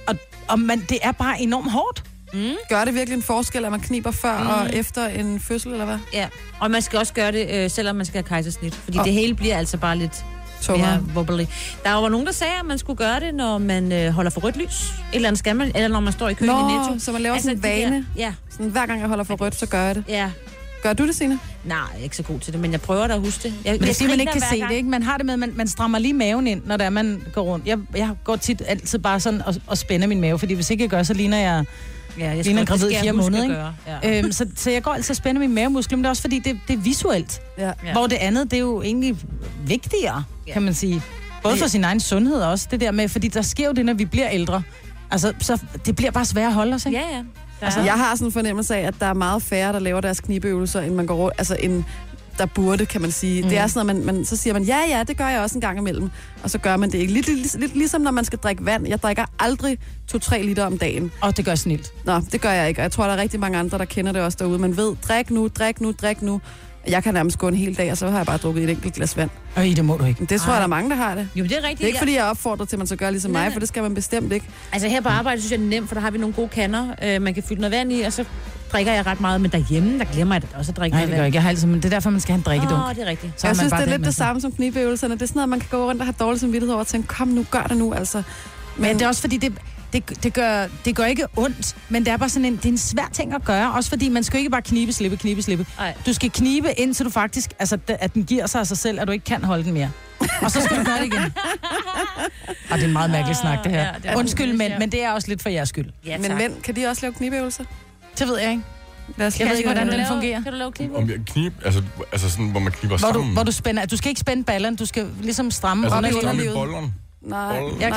Og det er bare enormt hårdt. Gør det virkelig en forskel, at man kniber før og efter en fødsel, eller hvad? Ja, og man skal også gøre det, selvom man skal have kejsersnit. Fordi det hele bliver altså bare lidt tungere. Wobbly. Der var nogen, der sagde, at man skulle gøre det, når man holder for rødt lys. Et eller andet skal man, eller når man står i køen i Netto. Så man laver sådan en vane. Ja. Sådan, hver gang jeg holder for rødt, så gør jeg det. Ja. Gør du det, Signe? Nej, jeg er ikke så god til det, men jeg prøver da at huske det. Men det er fordi, man ikke kan se det, ikke? Man har det med, man strammer lige maven ind, når det er, man går rundt. Jeg går tit altid bare sådan og spænder min mave, fordi hvis ikke jeg gør, så ligner jeg... Ja, jeg ligner gravid i 4 måneder, ikke? Ja. Så jeg går altid og spænder min mavemuskler, men det er også fordi, det er visuelt. Ja. Hvor det andet, det er jo egentlig vigtigere, kan man sige. Både for sin egen sundhed også, det der med, fordi der sker jo det, når vi bliver ældre. Altså, så det bliver bare sværere at holde os, ikke? Ja. Altså, jeg har sådan en fornemmelse af, at der er meget færre, der laver deres knibeøvelser, end man går rundt, altså end der burde, kan man sige. Det er sådan, at man så siger man, ja, det gør jeg også en gang imellem. Og så gør man det ikke. Lidt ligesom når man skal drikke vand. Jeg drikker aldrig 2-3 liter om dagen. Og det gør snilt. Nå, det gør jeg ikke. Og jeg tror, der er rigtig mange andre, der kender det også derude. Man ved, drik nu. Jeg kan nærmest gå en hel dag, og så har jeg bare drukket et enkelt glas vand. Og det må du ikke. Det tror jeg, der er mange, der har det. Jo, det er rigtigt. Det er ikke, fordi jeg opfordrer til, at man så gør ligesom mig, for det skal man bestemt ikke. Altså her på arbejde, synes jeg, det er nemt, for der har vi nogle gode kander. Man kan fylde noget vand i, og så drikker jeg ret meget. Men derhjemme, der glemmer jeg det også at drikke noget vand. Nej, det gør jeg ikke. Jeg har altid, men det er derfor, man skal have en drikkedunk. Det er rigtigt. Jeg synes, det er lidt det samme som knibeøvelserne. Det er sådan noget, man kan gå rundt og have dårlig samvittighed over og tænke, kom nu, gør det nu, altså. Men det er også fordi, det gør ikke ondt, men det er bare sådan det er en svær ting at gøre, også fordi man skal ikke bare knibe, slippe. Ej. Du skal knibe, indtil du faktisk, altså at den giver sig af sig selv, at du ikke kan holde den mere. Og så skal du gøre det igen. Og det er en meget mærkelig snak, det her. Ja, undskyld, men det er også lidt for jeres skyld. Ja, men mænd, kan de også lave knibeøvelser? Det ved jeg ikke. Jeg ved ikke, hvordan den fungerer. Kan du lave knibeøvelser? Knib, altså sådan, hvor man kniber sammen. Hvor du spænder, du skal ikke spænde ballerne, du skal ligesom stramme op i underlivet. Nej. Ja,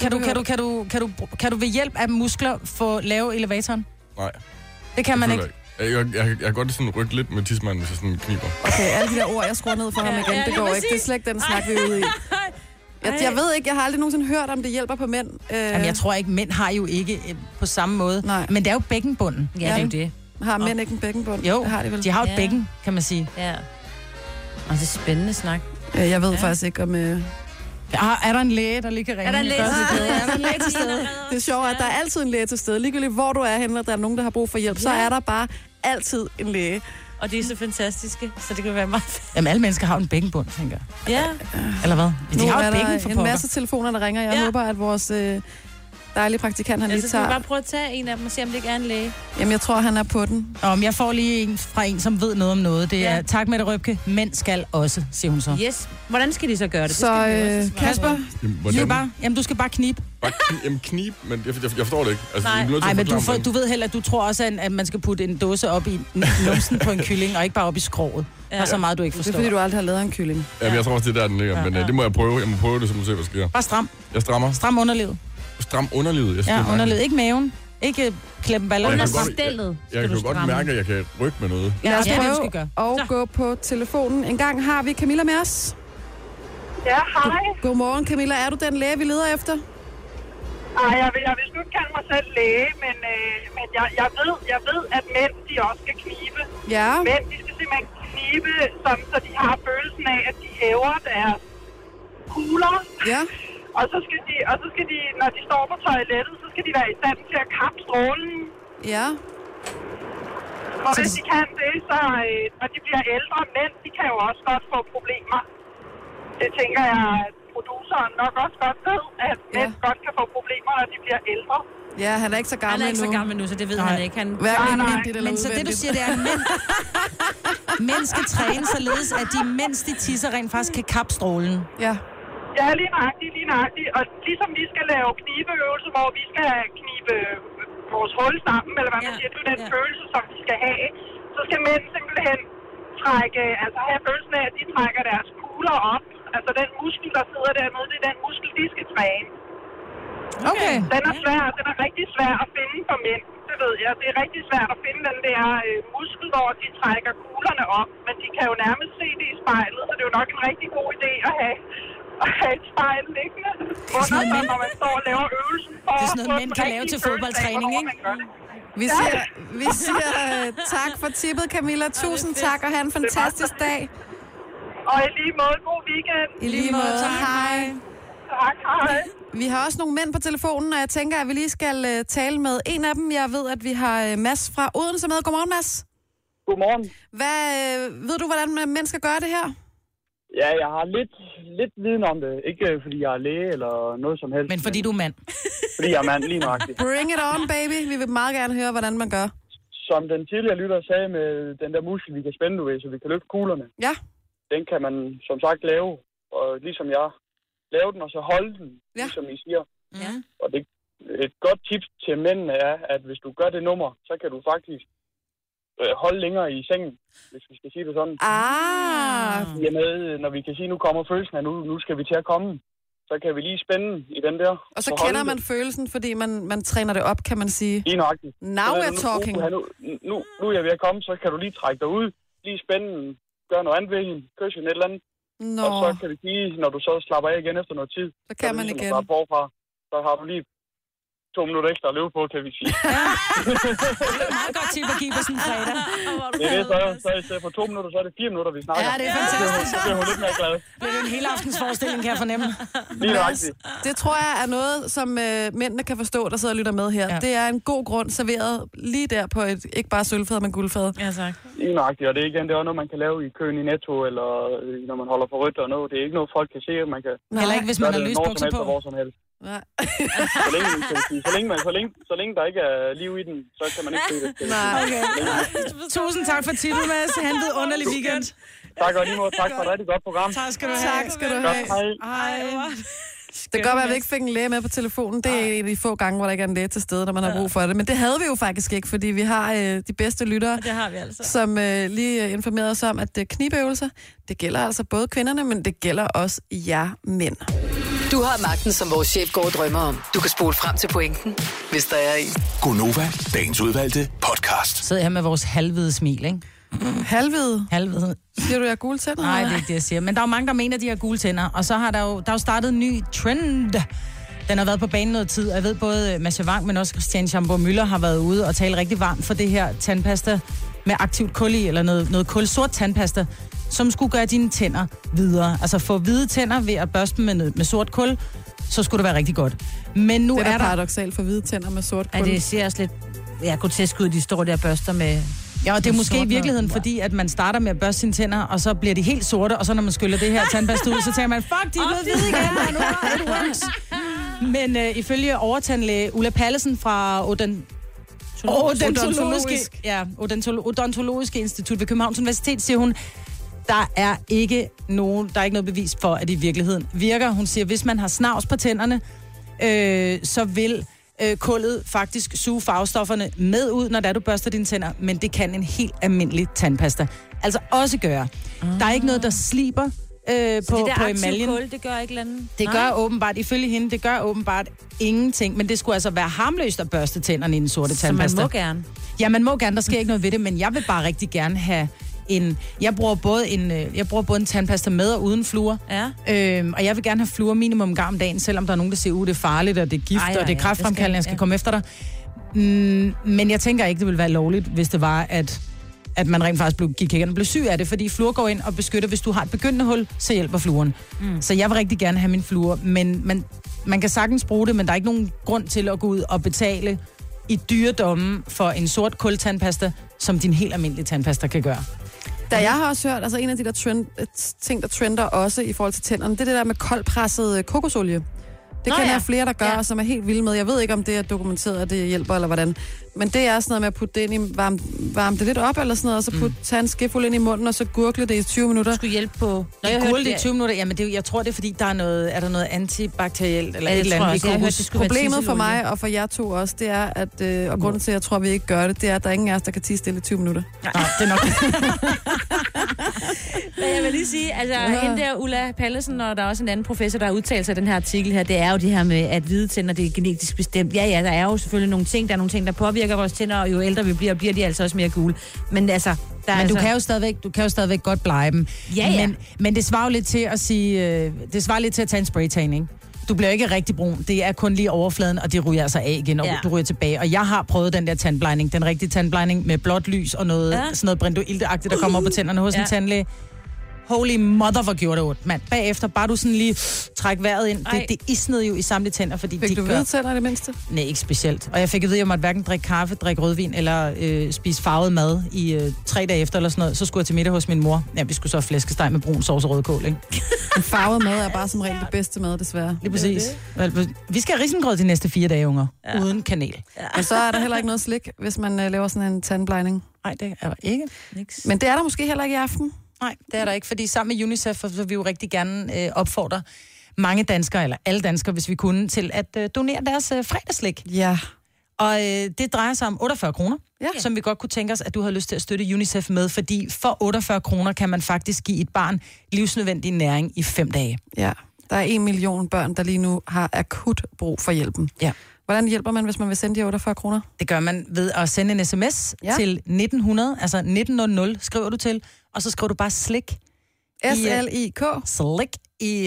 kan du ved hjælp af muskler få lave elevatoren? Nej. Det kan man ikke. Jeg kan godt sådan rykke lidt med tidsmanden, hvis jeg sådan kniber. Okay, alle de der ord, jeg skruer ned for ham igen, det går ikke. Det er slet ikke den snak, vi er ude i. Jeg ved ikke, jeg har aldrig nogensinde hørt, om det hjælper på mænd. Jamen, jeg tror ikke, mænd har jo ikke på samme måde. Nej. Men det er jo bækkenbunden. Ja, det er jo det. Har mænd ikke en bækkenbund? Jo, det har de vel. De har et bækken, kan man sige. Ja. Og det er spændende snak. Jeg ved faktisk ikke om... Er der en læge, der lige kan ringe? Er der en læge til stede? Er der en læge til stede? Det er sjovt, at der er altid en læge til stede. Ligegyldigt hvor du er henne, og der er nogen, der har brug for hjælp, så er der bare altid en læge. Og de er så fantastiske, så det kan være meget fedt. Jamen, alle mennesker har jo en bækkenbund, tænker jeg. Ja. Eller hvad? De Nu har er et bækken der for en pokker. masse telefoner, der ringer. Jeg håber, at vores dejlige praktikant, han lige Så skal vi tager... bare prøve at tage en af dem og se, om det ikke er en læge. Jamen, jeg tror, han er på den. Jeg får lige en fra en, som ved noget om noget. Det er, tak Mette Røbke, mænd skal også, siger hun så. Yes. Hvordan skal de så gøre det? Så Kasper, du skal bare knibe. Jamen knib, men jeg forstår det ikke. Altså, Nej, men du ved heller, at du tror også, at man skal putte en dåse op i numsen på en kylling, og ikke bare op i skroget. Ja. Og så meget, du ikke forstår. Det er fordi, du aldrig har lavet en kylling. Jamen, jeg tror også, det er der, den ligger. Men det må jeg prøve. Jeg må prøve det, så må se, hvad der sker. Bare stram. Jeg strammer. Stram underlivet. Stram underlivet? Ja, underlivet. Ikke maven. Ikke klemme ballerne. Understillet. Jeg kan jo godt mærke, at jeg kan rykke med noget. Lad os prøve at gå på telefonen. En gang har vi Camilla med os. Ja, hej. Godmorgen, Camilla. Er du den læge, vi leder efter? Ej, jeg vil sgu ikke kalde mig selv læge, men jeg ved, at mænd, de også skal knibe. Ja. Mænd, de skal simpelthen knibe, så de har følelsen af, at de hæver deres kugler. Ja. Og så skal de, når de står på toilettet, så skal de være i stand til at kappe strålen. Ja. Og hvis de kan det, så når de bliver ældre mænd, de kan jo også godt få problemer. Det tænker jeg, at produceren nok også godt ved, at mænd godt kan få problemer, når de bliver ældre. Ja, han er ikke så gammel nu. Han er ikke så gammel nu, så det ved han ikke. Men så det, du siger, det er, at mænd skal træne således, at de, mens de tisser, rent faktisk kan kappe strålen. Ja. Ja, lige nøjagtigt. Og ligesom vi skal lave knibeøvelser, hvor vi skal knibe vores hul sammen, eller hvad man siger, det er den følelse, som de skal have, så skal mænd simpelthen have følelsen af, at de trækker deres kugler op. Altså den muskel, der sidder dernede, det er den muskel, de skal træne. Okay. Den er rigtig svær at finde for mænd, det ved jeg. Det er rigtig svært at finde den der muskel, hvor de trækker kuglerne op, men de kan jo nærmest se det i spejlet, så det er jo nok en rigtig god idé at have et spejl liggende under sig, når man står og laver øvelsen. Det er sådan noget, mænd kan lave til fodboldtræning, ikke? Vi siger tak for tippet, Camilla. Tusind tak, og have en fantastisk dag. Og i lige måde, god weekend. I lige måde, hej. Tak, hej. Vi har også nogle mænd på telefonen, og jeg tænker, at vi lige skal tale med en af dem. Jeg ved, at vi har Mads fra Odense med. Godmorgen, Mads. Godmorgen. Ved du, hvordan mænd skal gøre det her? Ja, jeg har lidt viden om det. Ikke fordi jeg er læge eller noget som helst. Men fordi du er mand. Fordi jeg er mand, lige nøjagtigt. Bring it on, baby. Vi vil meget gerne høre, hvordan man gør. Som den tidligere lytter sagde med den der muskel, vi kan spænde ved, så vi kan løfte kuglerne. Ja. Den kan man som sagt lave, og ligesom jeg lave den, og så holde den, ligesom I siger. Ja. Og det, et godt tips til mændene er, at hvis du gør det nummer, så kan du faktisk holde længere i sengen, hvis vi skal sige det sådan. I og med, når vi kan sige, nu kommer følelsen af, nu skal vi til at komme, så kan vi lige spænde i den der. Og så kender man følelsen, fordi man træner det op, kan man sige. Lige nøjagtigt. Now we're talking. Nu er jeg ved at komme, så kan du lige trække dig ud, lige spænde, gøre noget andet ved hende, kysse hende et eller andet. Og så kan vi sige, når du så slapper af igen efter noget tid, så kan man igen. Så har du lige 2 minutter ekstra at løbe på, kan vi sige. Ja. Det er meget godt tip at give på sådan en fredag. Det er det, så i stedet for 2 minutter, så er det 4 minutter, vi snakker. Ja, det er fantastisk. Så bliver hun lidt mere glad. Det er en hele aftens forestilling, kan jeg fornemme. Det tror jeg er noget, som mændene kan forstå, der sidder og lytter med her. Ja. Det er en god grund serveret lige der på et, ikke bare sølvfad, men guldfad. Ja, tak. Lige nøjagtigt, og det er igen, det er noget, man kan lave i køen i Netto, eller når man holder på rødt og noget. Det er ikke noget, folk kan se, man kan... Heller ikke, hvis man har lysbukser på. Hvor som helst. Nej. Så længe der ikke er liv i den, så kan man ikke se det. Nej, okay. Tusind tak for tippet, Mads. Han ved underlig weekend. Tak og lige måde. Tak for et rigtig godt program. Tak skal du have. Tak skal du have. Hej. Det kan godt være, at vi ikke fik en læge med på telefonen. Det er en af de få gange, hvor der ikke er en læge til stede, når man har brug for det. Men det havde vi jo faktisk ikke, fordi vi har de bedste lyttere, det har vi altså. Som lige informerede os om, at knibeøvelser, det gælder altså både kvinderne, men det gælder også jer mænd. Du har magten, som vores chef går og drømmer om. Du kan spole frem til pointen, hvis der er en. Gonova, dagens udvalgte podcast. Sidder her med vores halvhvide smil, ikke? Halvhvide? Halvhvide. Siger du, jeg har gule tænder? Nej, det er ikke det, jeg siger. Men der er jo mange, der mener, de har gule tænder. Og så har der jo startet en ny trend Den har været på banen noget tid, og jeg ved både Masha Wang, men også Christian Schamburg-Müller har været ude og tale rigtig varmt for det her tandpasta med aktivt kul i, eller noget kulsort tandpasta, som skulle gøre dine tænder videre. Altså få hvide tænder ved at børste med sort kul, så skulle det være rigtig godt. Men nu det er der paradoksalt for hvide tænder med sort kul. Ja, det ser også lidt grotesk ud, de står der børster med... Ja, og det er måske i virkeligheden, fordi at man starter med at børste sine tænder, og så bliver de helt sorte, og så når man skyller det her tandpasta ud, så tænker man, fuck, de er blevet hvide igen, og nu er det works. Men ifølge overtandlæge Ulla Pallesen fra Odontologiske Institut ved Københavns Universitet, siger hun, der er ikke noget bevis for, at det i virkeligheden virker. Hun siger, hvis man har snavs på tænderne, så vil kullet faktisk suge farvestofferne med ud, når du børster dine tænder, men det kan en helt almindelig tandpasta altså også gøre. Der er ikke noget, der sliber på emaljen. Kul, det gør ikke andet? Det gør åbenbart, ifølge hende, det gør åbenbart ingenting, men det skulle altså være harmløst at børste tænderne i den sorte tandpasta. Så man må gerne? Ja, man må gerne, der sker ikke noget ved det, men jeg vil bare rigtig gerne have jeg bruger både en tandpasta med og uden fluor. Ja. Og jeg vil gerne have fluor minimum en gang om dagen, selvom der er nogen, der siger, det er farligt, og det er gift, og det er kræftfremkaldende, jeg skal komme efter dig. Men jeg tænker ikke, det ville være lovligt, hvis det var, at man rent faktisk gik hen og blev syg af det, fordi fluor går ind og beskytter. Hvis du har et begyndende hul, så hjælper fluoren. Så jeg vil rigtig gerne have min fluor, men man kan sagtens bruge det, men der er ikke nogen grund til at gå ud og betale i dyredomme for en sort kultandpasta, som din helt almindelige tandpasta kan gøre. Jeg har også hørt, altså en af de der ting, der trender også i forhold til tænderne, det er det der med koldpresset kokosolie. Det kender jeg flere, der gør, som er helt vilde med. Jeg ved ikke, om det er dokumenteret, at det hjælper, eller hvordan. Men det er sådan noget med at putte det ind i, varme det lidt op, eller sådan noget, og så tage en skefuld ind i munden, og så gurgle det i 20 minutter. Du skulle hjælpe på... Når jeg hørte det i 20 minutter, jamen jeg tror, det er, fordi der er noget antibakterielt, eller et eller andet i kokos. Problemet for mig, og for jer to også, det er, at, og grunden til, at jeg tror, vi ikke gør det, det er, at der er ingen af os, der kan tie stille i 20 minutter. Nej, det er nok. Men jeg vil lige sige, altså hende der Ulla Pallesen, og der er også en anden professor, der har udtalt sig i den her artikel her, det er jo det her med, at hvide tænder, det er genetisk bestemt. Ja, der er jo selvfølgelig nogle ting, der påvirker vores tænder, og jo ældre vi bliver de altså også mere gule. Men altså... Men du kan jo stadigvæk godt blege dem. Ja. Men det svarer jo lidt til at sige... Det svarer lidt til at tage en spraytan, ikke? Du bliver ikke rigtig brun. Det er kun lige overfladen, og det ryger altså af igen, og du ryger tilbage. Og jeg har prøvet den der tandblejning, den rigtige tandblejning med blåt lys og sådan noget Brindilde-agtigt, der kommer op på tænderne hos en tandlæge. Holy mother, hvor gjorde det ondt, mand. Bagefter bare du sådan lige træk vejret ind. Det isnede jo i samtlige tænder, fordi fik du hvide tænder det mindste? Nej, ikke specielt. Og jeg fik at vide, at jeg måtte hverken drikke kaffe, drikke rødvin eller spise farvet mad i 3 dage efter eller sådan noget. Så skulle jeg til middag hos min mor. Ja, vi skulle så have flæskesteg med brun sovs og rødkål, ikke? En farvet mad er bare som regel det bedste mad, desværre. Lige præcis. Vi skal have risengrød de næste 4 dage, unger. Ja. Uden kanel. Ja. Og så er der heller ikke noget slik, hvis man laver sådan en tandblejning. Nej, det er der ikke. Men det er der måske heller ikke i aften. Nej, det er der ikke, fordi sammen med UNICEF så vil vi jo rigtig gerne opfordre mange danskere, eller alle danskere, hvis vi kunne, til at donere deres fredagslik. Ja. Og det drejer sig om 48 kroner, som vi godt kunne tænke os, at du har lyst til at støtte UNICEF med, fordi for 48 kroner kan man faktisk give et barn livsnødvendig næring i 5 dage. Ja, der er 1 million børn, der lige nu har akut brug for hjælpen. Ja. Hvordan hjælper man, hvis man vil sende de 48 kroner? Det gør man ved at sende en sms til 1900, altså 1900 skriver du til, og så skriver du bare slik. S-L-I-K. Slik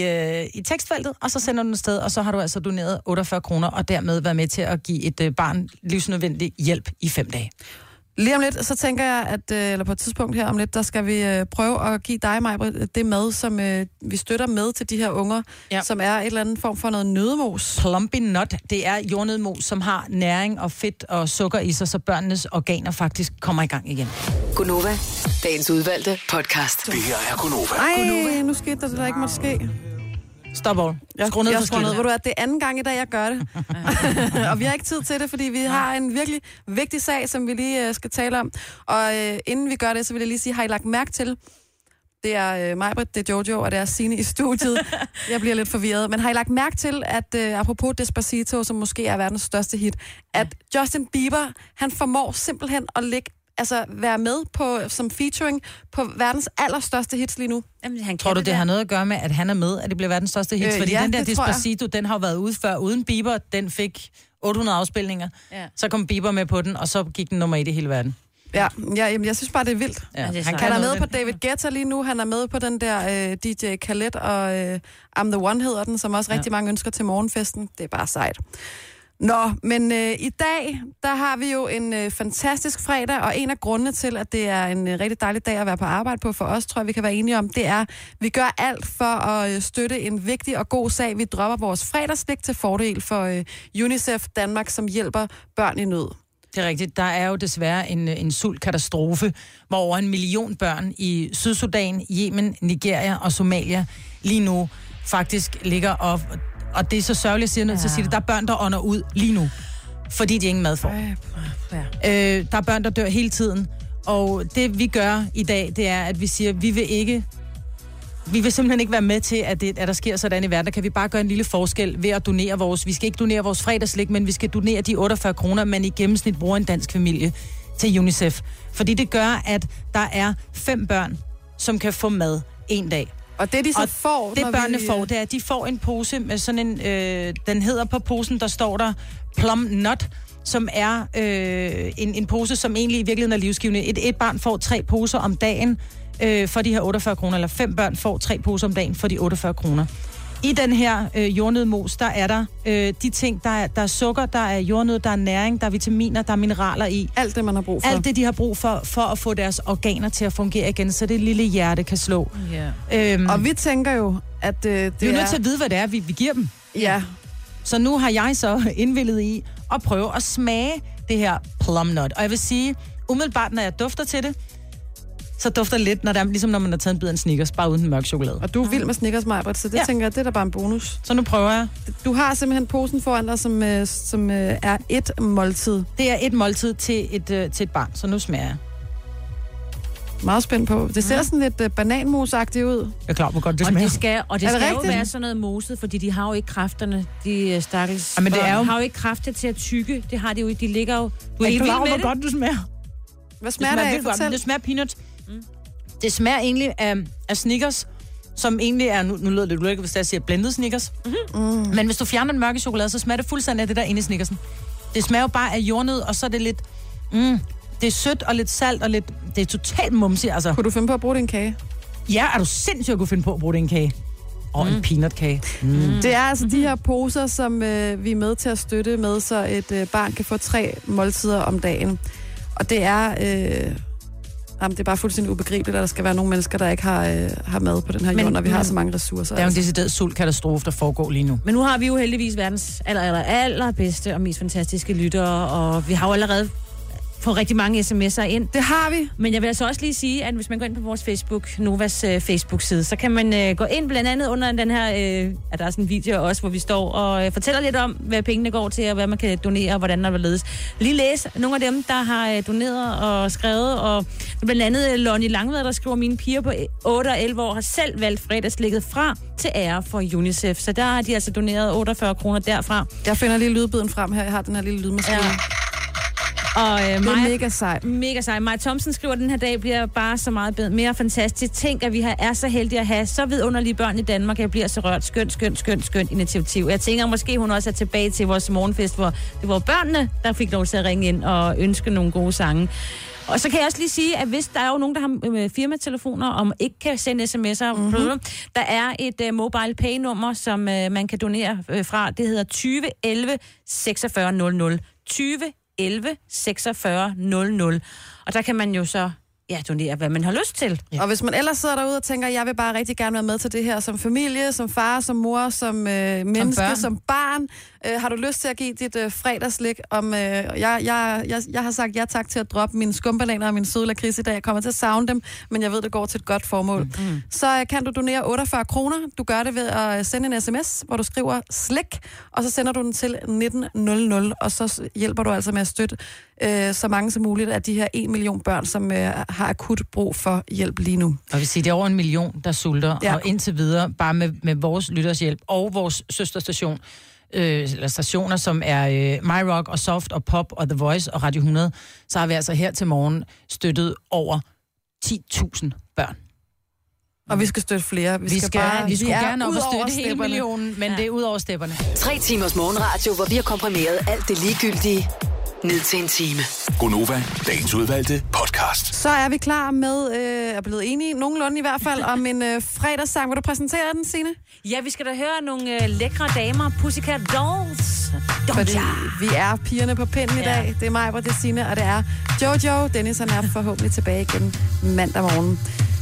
i tekstfeltet, og så sender du den sted, og så har du altså doneret 48 kroner, og dermed været med til at give et barn livsnødvendig hjælp i 5 dage. Lige om lidt, så tænker jeg, at eller på et tidspunkt her om lidt, der skal vi prøve at give dig, Maj-Brit, det mad, som vi støtter med til de her unger, som er et eller andet form for noget nødemos. Plumpy nut, det er jordnødmos, som har næring og fedt og sukker i sig, så børnenes organer faktisk kommer i gang igen. Gunova, dagens udvalgte podcast. Det her er Gunova. Ej, nu skete der ikke måtte ske. Stop all. Skru ned for skidtet. Ved du at det er anden gang i dag, jeg gør det. Og vi har ikke tid til det, fordi vi har en virkelig vigtig sag, som vi lige skal tale om. Og inden vi gør det, så vil jeg lige sige, har I lagt mærke til, det er Maj-Brit, det er Jojo, og det er Signe i studiet. Jeg bliver lidt forvirret. Men har I lagt mærke til, at apropos Despacito, som måske er verdens største hit, at Justin Bieber, han formår simpelthen at være med på, som featuring på verdens allerstørste hits lige nu. Jamen, tror du, det har noget at gøre med, at han er med, at det bliver verdens største hits? Fordi den der Despacito, den har været ude før uden Bieber. Den fik 800 afspilninger. Ja. Så kom Bieber med på den, og så gik den nummer 1 i hele verden. Ja, jeg synes bare, det er vildt. Ja. Han er med på David Guetta lige nu. Han er med på den der DJ Khaled og I'm The One hedder den, som også rigtig mange ønsker til morgenfesten. Det er bare sejt. Nå, men i dag, der har vi jo en fantastisk fredag, og en af grundene til, at det er en rigtig dejlig dag at være på arbejde på for os, tror jeg, vi kan være enige om, det er, at vi gør alt for at støtte en vigtig og god sag. Vi dropper vores fredagslik til fordel for UNICEF Danmark, som hjælper børn i nød. Det er rigtigt. Der er jo desværre en sultkatastrofe, hvor over 1 million børn i Sydsudan, Yemen, Nigeria og Somalia lige nu faktisk ligger op. Og det er så sørgeligt, at jeg siger nødt til at sige det. Der er børn, der ånder ud lige nu, fordi de ingen mad får. Der er børn, der dør hele tiden. Og det vi gør i dag, det er, at vi siger, at vi vil simpelthen ikke være med til, at der sker sådan i verden. Der kan vi bare gøre en lille forskel ved at donere vi skal ikke donere vores fredagslik, men vi skal donere de 48 kroner, man i gennemsnit bruger en dansk familie til UNICEF. Fordi det gør, at der er 5 børn, som kan få mad en dag. Og det de så får... Det børnene får, det er, at de får en pose med sådan en... den hedder på posen, der står der Plum Nut, som er en pose, som egentlig i virkeligheden er livsgivende. Et barn får 3 poser om dagen for de her 48 kroner, eller 5 børn får 3 poser om dagen for de 48 kroner. I den her jordnødmos, der er der de ting, der er sukker, der er jordnød, der er næring, der er vitaminer, der er mineraler i. Alt det, man har brug for. Alt det, de har brug for at få deres organer til at fungere igen, så det lille hjerte kan slå. Yeah. Og vi tænker jo, at vi er nødt til at vide, hvad det er, vi giver dem. Ja. Så nu har jeg så indvillet i at prøve at smage det her plum nut. Og jeg vil sige, umiddelbart, når jeg dufter til det, så dufter det lidt, ligesom når man har taget en bid af en Snickers, bare uden den mørk chokolade. Og du er vild med Snickers, Majbert, så det tænker jeg, det er da bare en bonus. Så nu prøver jeg. Du har simpelthen posen foran dig, som er et måltid. Det er et måltid til et barn, så nu smager jeg. Meget spændt på. Det ser sådan lidt bananmosagtigt ud. Jeg er klar på godt, det smager. Og det skal jo være sådan noget moset, fordi de har jo ikke kræfterne, de stakkels. Men det er jo... har jo ikke kræfter til at tykke. Det har de jo ikke. De ligger jo... Du er ikke klar over, hvor godt du smager. Hvad smager det af? Fortæl. Det smager peanuts. Det smager egentlig af Snickers, som egentlig er, nu lyder det ulækkert, hvis jeg siger blended Snickers. Men hvis du fjerner den mørke chokolade, så smager det fuldstændig af det der inde i Snickersen. Det smager jo bare af jordnød, og så er det lidt... det er sødt og lidt salt og lidt... Det er totalt mumsigt, altså. Kunne du finde på at bruge det i en kage? Ja, er du sindssygt at kunne finde på at bruge det i en kage? Og en peanutkage. Det er altså de her poser, som vi er med til at støtte med, så et barn kan få 3 måltider om dagen. Og det er... det er bare fuldstændig ubegribeligt, at der skal være nogle mennesker, der ikke har mad på den her jord, når vi har så mange ressourcer. Det er jo en decideret sultkatastrofe, der foregår lige nu. Men nu har vi jo heldigvis verdens allerbedste og mest fantastiske lyttere, og vi har jo allerede fået rigtig mange sms'er ind. Det har vi. Men jeg vil altså også lige sige, at hvis man går ind på vores Facebook, Novas Facebook-side, så kan man gå ind blandt andet under den her, at der er sådan en video også, hvor vi står og fortæller lidt om, hvad pengene går til, og hvad man kan donere, og hvordan der vil ledes. Lige læse nogle af dem, der har doneret og skrevet, og blandt andet Lonnie Langved, der skriver, mine piger på 8 og 11 år har selv valgt fredagslægget fra til ære for UNICEF. Så der har de altså doneret 48 kroner derfra. Jeg finder lige lydbiden frem her. Jeg har den her lille lydmaskine. Ja. Og det er mega sej. Mega sej. Maja Thomsen skriver, at den her dag bliver bare så meget mere fantastisk. Tænk, at vi er så heldige at have så vidunderlige børn i Danmark. Jeg bliver så rørt. Skønt initiativ. Jeg tænker, måske hun også er tilbage til vores morgenfest, hvor det var børnene, der fik lov til at ringe ind og ønske nogle gode sange. Og så kan jeg også lige sige, at hvis der er jo nogen, der har firmatelefoner, og ikke kan sende sms'er, der er et mobile pay-nummer, som man kan donere fra. Det hedder 20 11 46 00. 20 11 46 00. Og der kan man jo så donere, hvad man har lyst til. Ja. Og hvis man ellers sidder derude og tænker, jeg vil bare rigtig gerne være med til det her som familie, som far, som mor, som menneske, som barn. Har du lyst til at give dit fredagslik om... Jeg har sagt ja tak til at droppe mine skumbananer og min søde lakrids i dag. Jeg kommer til at savne dem, men jeg ved, det går til et godt formål. Så kan du donere 48 kroner. Du gør det ved at sende en sms, hvor du skriver slik, og så sender du den til 1900, og så hjælper du altså med at støtte så mange som muligt af de her 1 million børn, som har akut brug for hjælp lige nu. Og vi siger, det er over 1 million, der sulter, og indtil videre, bare med vores lyttershjælp og vores søsterstation, eller stationer, som er My Rock og Soft og Pop og The Voice og Radio 100, så har vi altså her til morgen støttet over 10.000 børn. Og vi skal støtte flere. Vi skulle gerne op og støtte hele millionen, men det er ud over stepperne. 3 timers morgenradio, hvor vi har komprimeret alt det ligegyldige ned til en time. Gonova, dagens udvalgte podcast. Så er vi klar med, er blevet enige, nogenlunde i hvert fald, om en fredagssang. Vil du præsentere den, Signe? Ja, vi skal da høre nogle lækre damer, Pussycat Dolls. Fordi vi er pigerne på pinden i dag. Det er mig, hvor det er Signe, og det er Jojo. Dennis, han er forhåbentlig tilbage igen mandag morgen.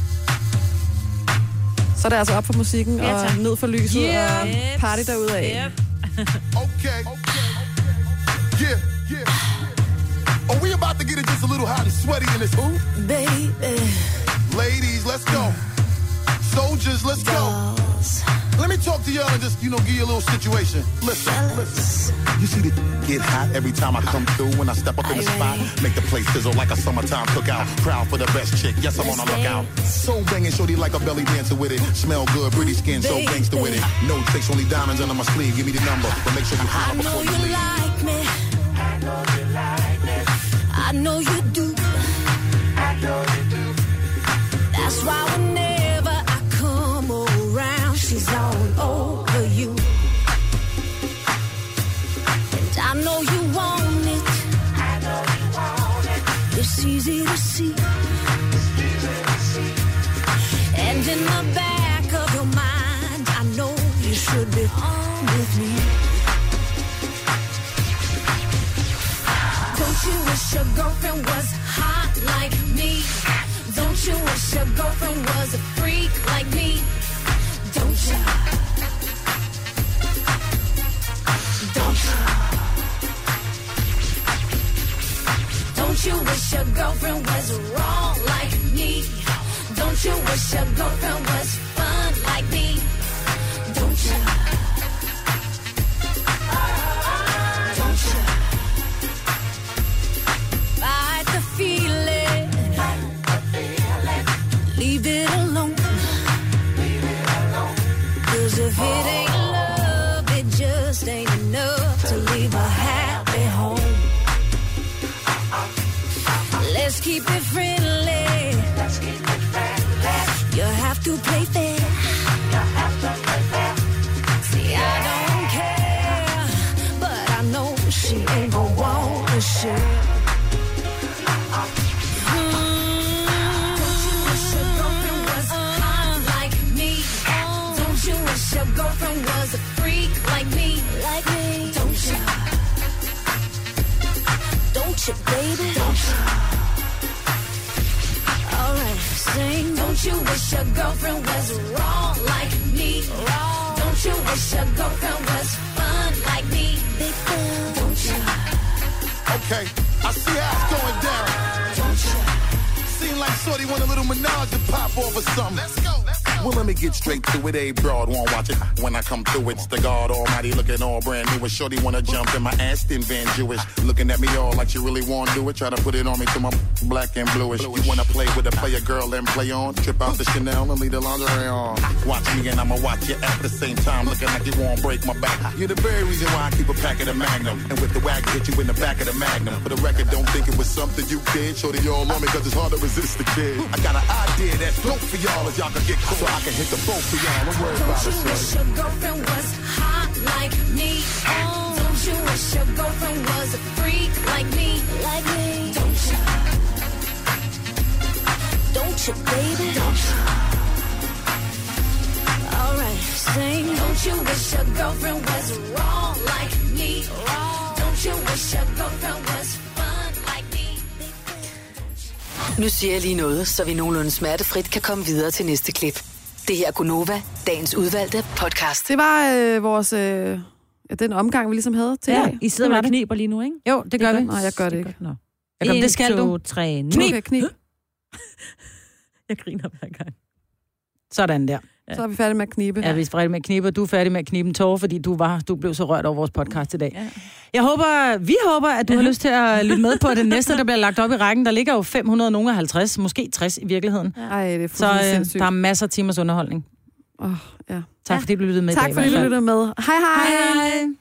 Så er det altså op for musikken og ned for lyset og party derudad. Okay. Yeah. Are we about to get it just a little hot and sweaty in this hoop? Baby. Ladies, let's go. Soldiers, let's go. Let me talk to y'all and just, give you a little situation. Listen. You see the get hot every time I come through when I step up in the spot. Make the place sizzle like a summertime cookout. Proud for the best chick, yes, I'm on the lookout. So banging, shorty like a belly dancer with it. Smell good, pretty skin, so gangster with it. No tricks, only diamonds under my sleeve. Give me the number, but make sure you holler before you leave. Like me. I know you like me. I know you do. I know you do. That's why whenever I come around, she's all over you. And I know you want it. I know you want it. It's easy to see. And in the back of your mind, I know you should be home with me. Don't you wish your girlfriend was hot like me? Don't you wish your girlfriend was a freak like me? Don't you? Don't you? Don't you wish your girlfriend was wrong like me? Don't you wish your girlfriend was fun like me? Don't you? Don't you? Fight the feeling. Leave it alone. Cause if it ain't love, it just ain't enough to leave a happy home. Let's keep it friendly. You have to play fair. See, I don't care, but I know she ain't gon' want to share. Your girlfriend was a freak like me, Don't you? Don't you, baby? Don't you? All right, sing. Don't you wish your girlfriend was wrong like me? Don't you wish your girlfriend was fun like me? Big fun. Don't you? Okay, I see how it's going down. Don't you? Seem like shorty want a little menage to pop off or something. Let's go. Well, let me get straight to it. A broad won't watch it. When I come through, it's the God Almighty looking all brand new. A shorty wanna jump in my Aston Van Jewish. Looking at me all like she really wanna do it. Try to put it on me to my black and bluish. You wanna play with a player girl and play on. Trip out the Chanel and leave the lingerie on. Watch me and I'ma watch you at the same time. Looking like you won't break my back. You're the very reason why I keep a pack of the Magnum. And with the wag, hit you in the back of the Magnum. For the record, don't think it was something you did. Shorty all on me cause it's hard to resist the kid. I got an idea that's dope for y'all as y'all can get close. So I can hit the boat for y'all. Don't worry about it, Don't you wish your girlfriend was hot like me? Don't you wish your girlfriend was a freak like me? Don't you? Don't you, baby? Don't you? All right, sing. Don't you wish your girlfriend was wrong like me? Don't you wish your girlfriend was fun like me? Nu siger jeg lige noget, så vi nogenlunde smertefrit kan komme videre til næste klip. Det her er Gonova, dagens udvalgte podcast. Det var vores... den omgang, vi ligesom havde til i dag. I sidder med kniber lige nu, ikke? Jo, det gør vi. Nej, jeg gør det ikke. Det skal du. 1, 2, 3, knib. Okay, knib. Jeg griner hver gang. Sådan der. Ja. Så er vi færdige med at knibe. Ja, vi er færdige med at knibe, og du er færdig med at knibe en tårer, fordi du blev så rørt over vores podcast i dag. Ja. Vi håber, at du har lyst til at lytte med på det næste, der bliver lagt op i rækken. Der ligger jo 550, måske 60 i virkeligheden. Ej, det er så der er masser af timers underholdning. Ja. Tak fordi du lyttede med i dag. Tak fordi du lyttede med. Hej hej. Hej hej.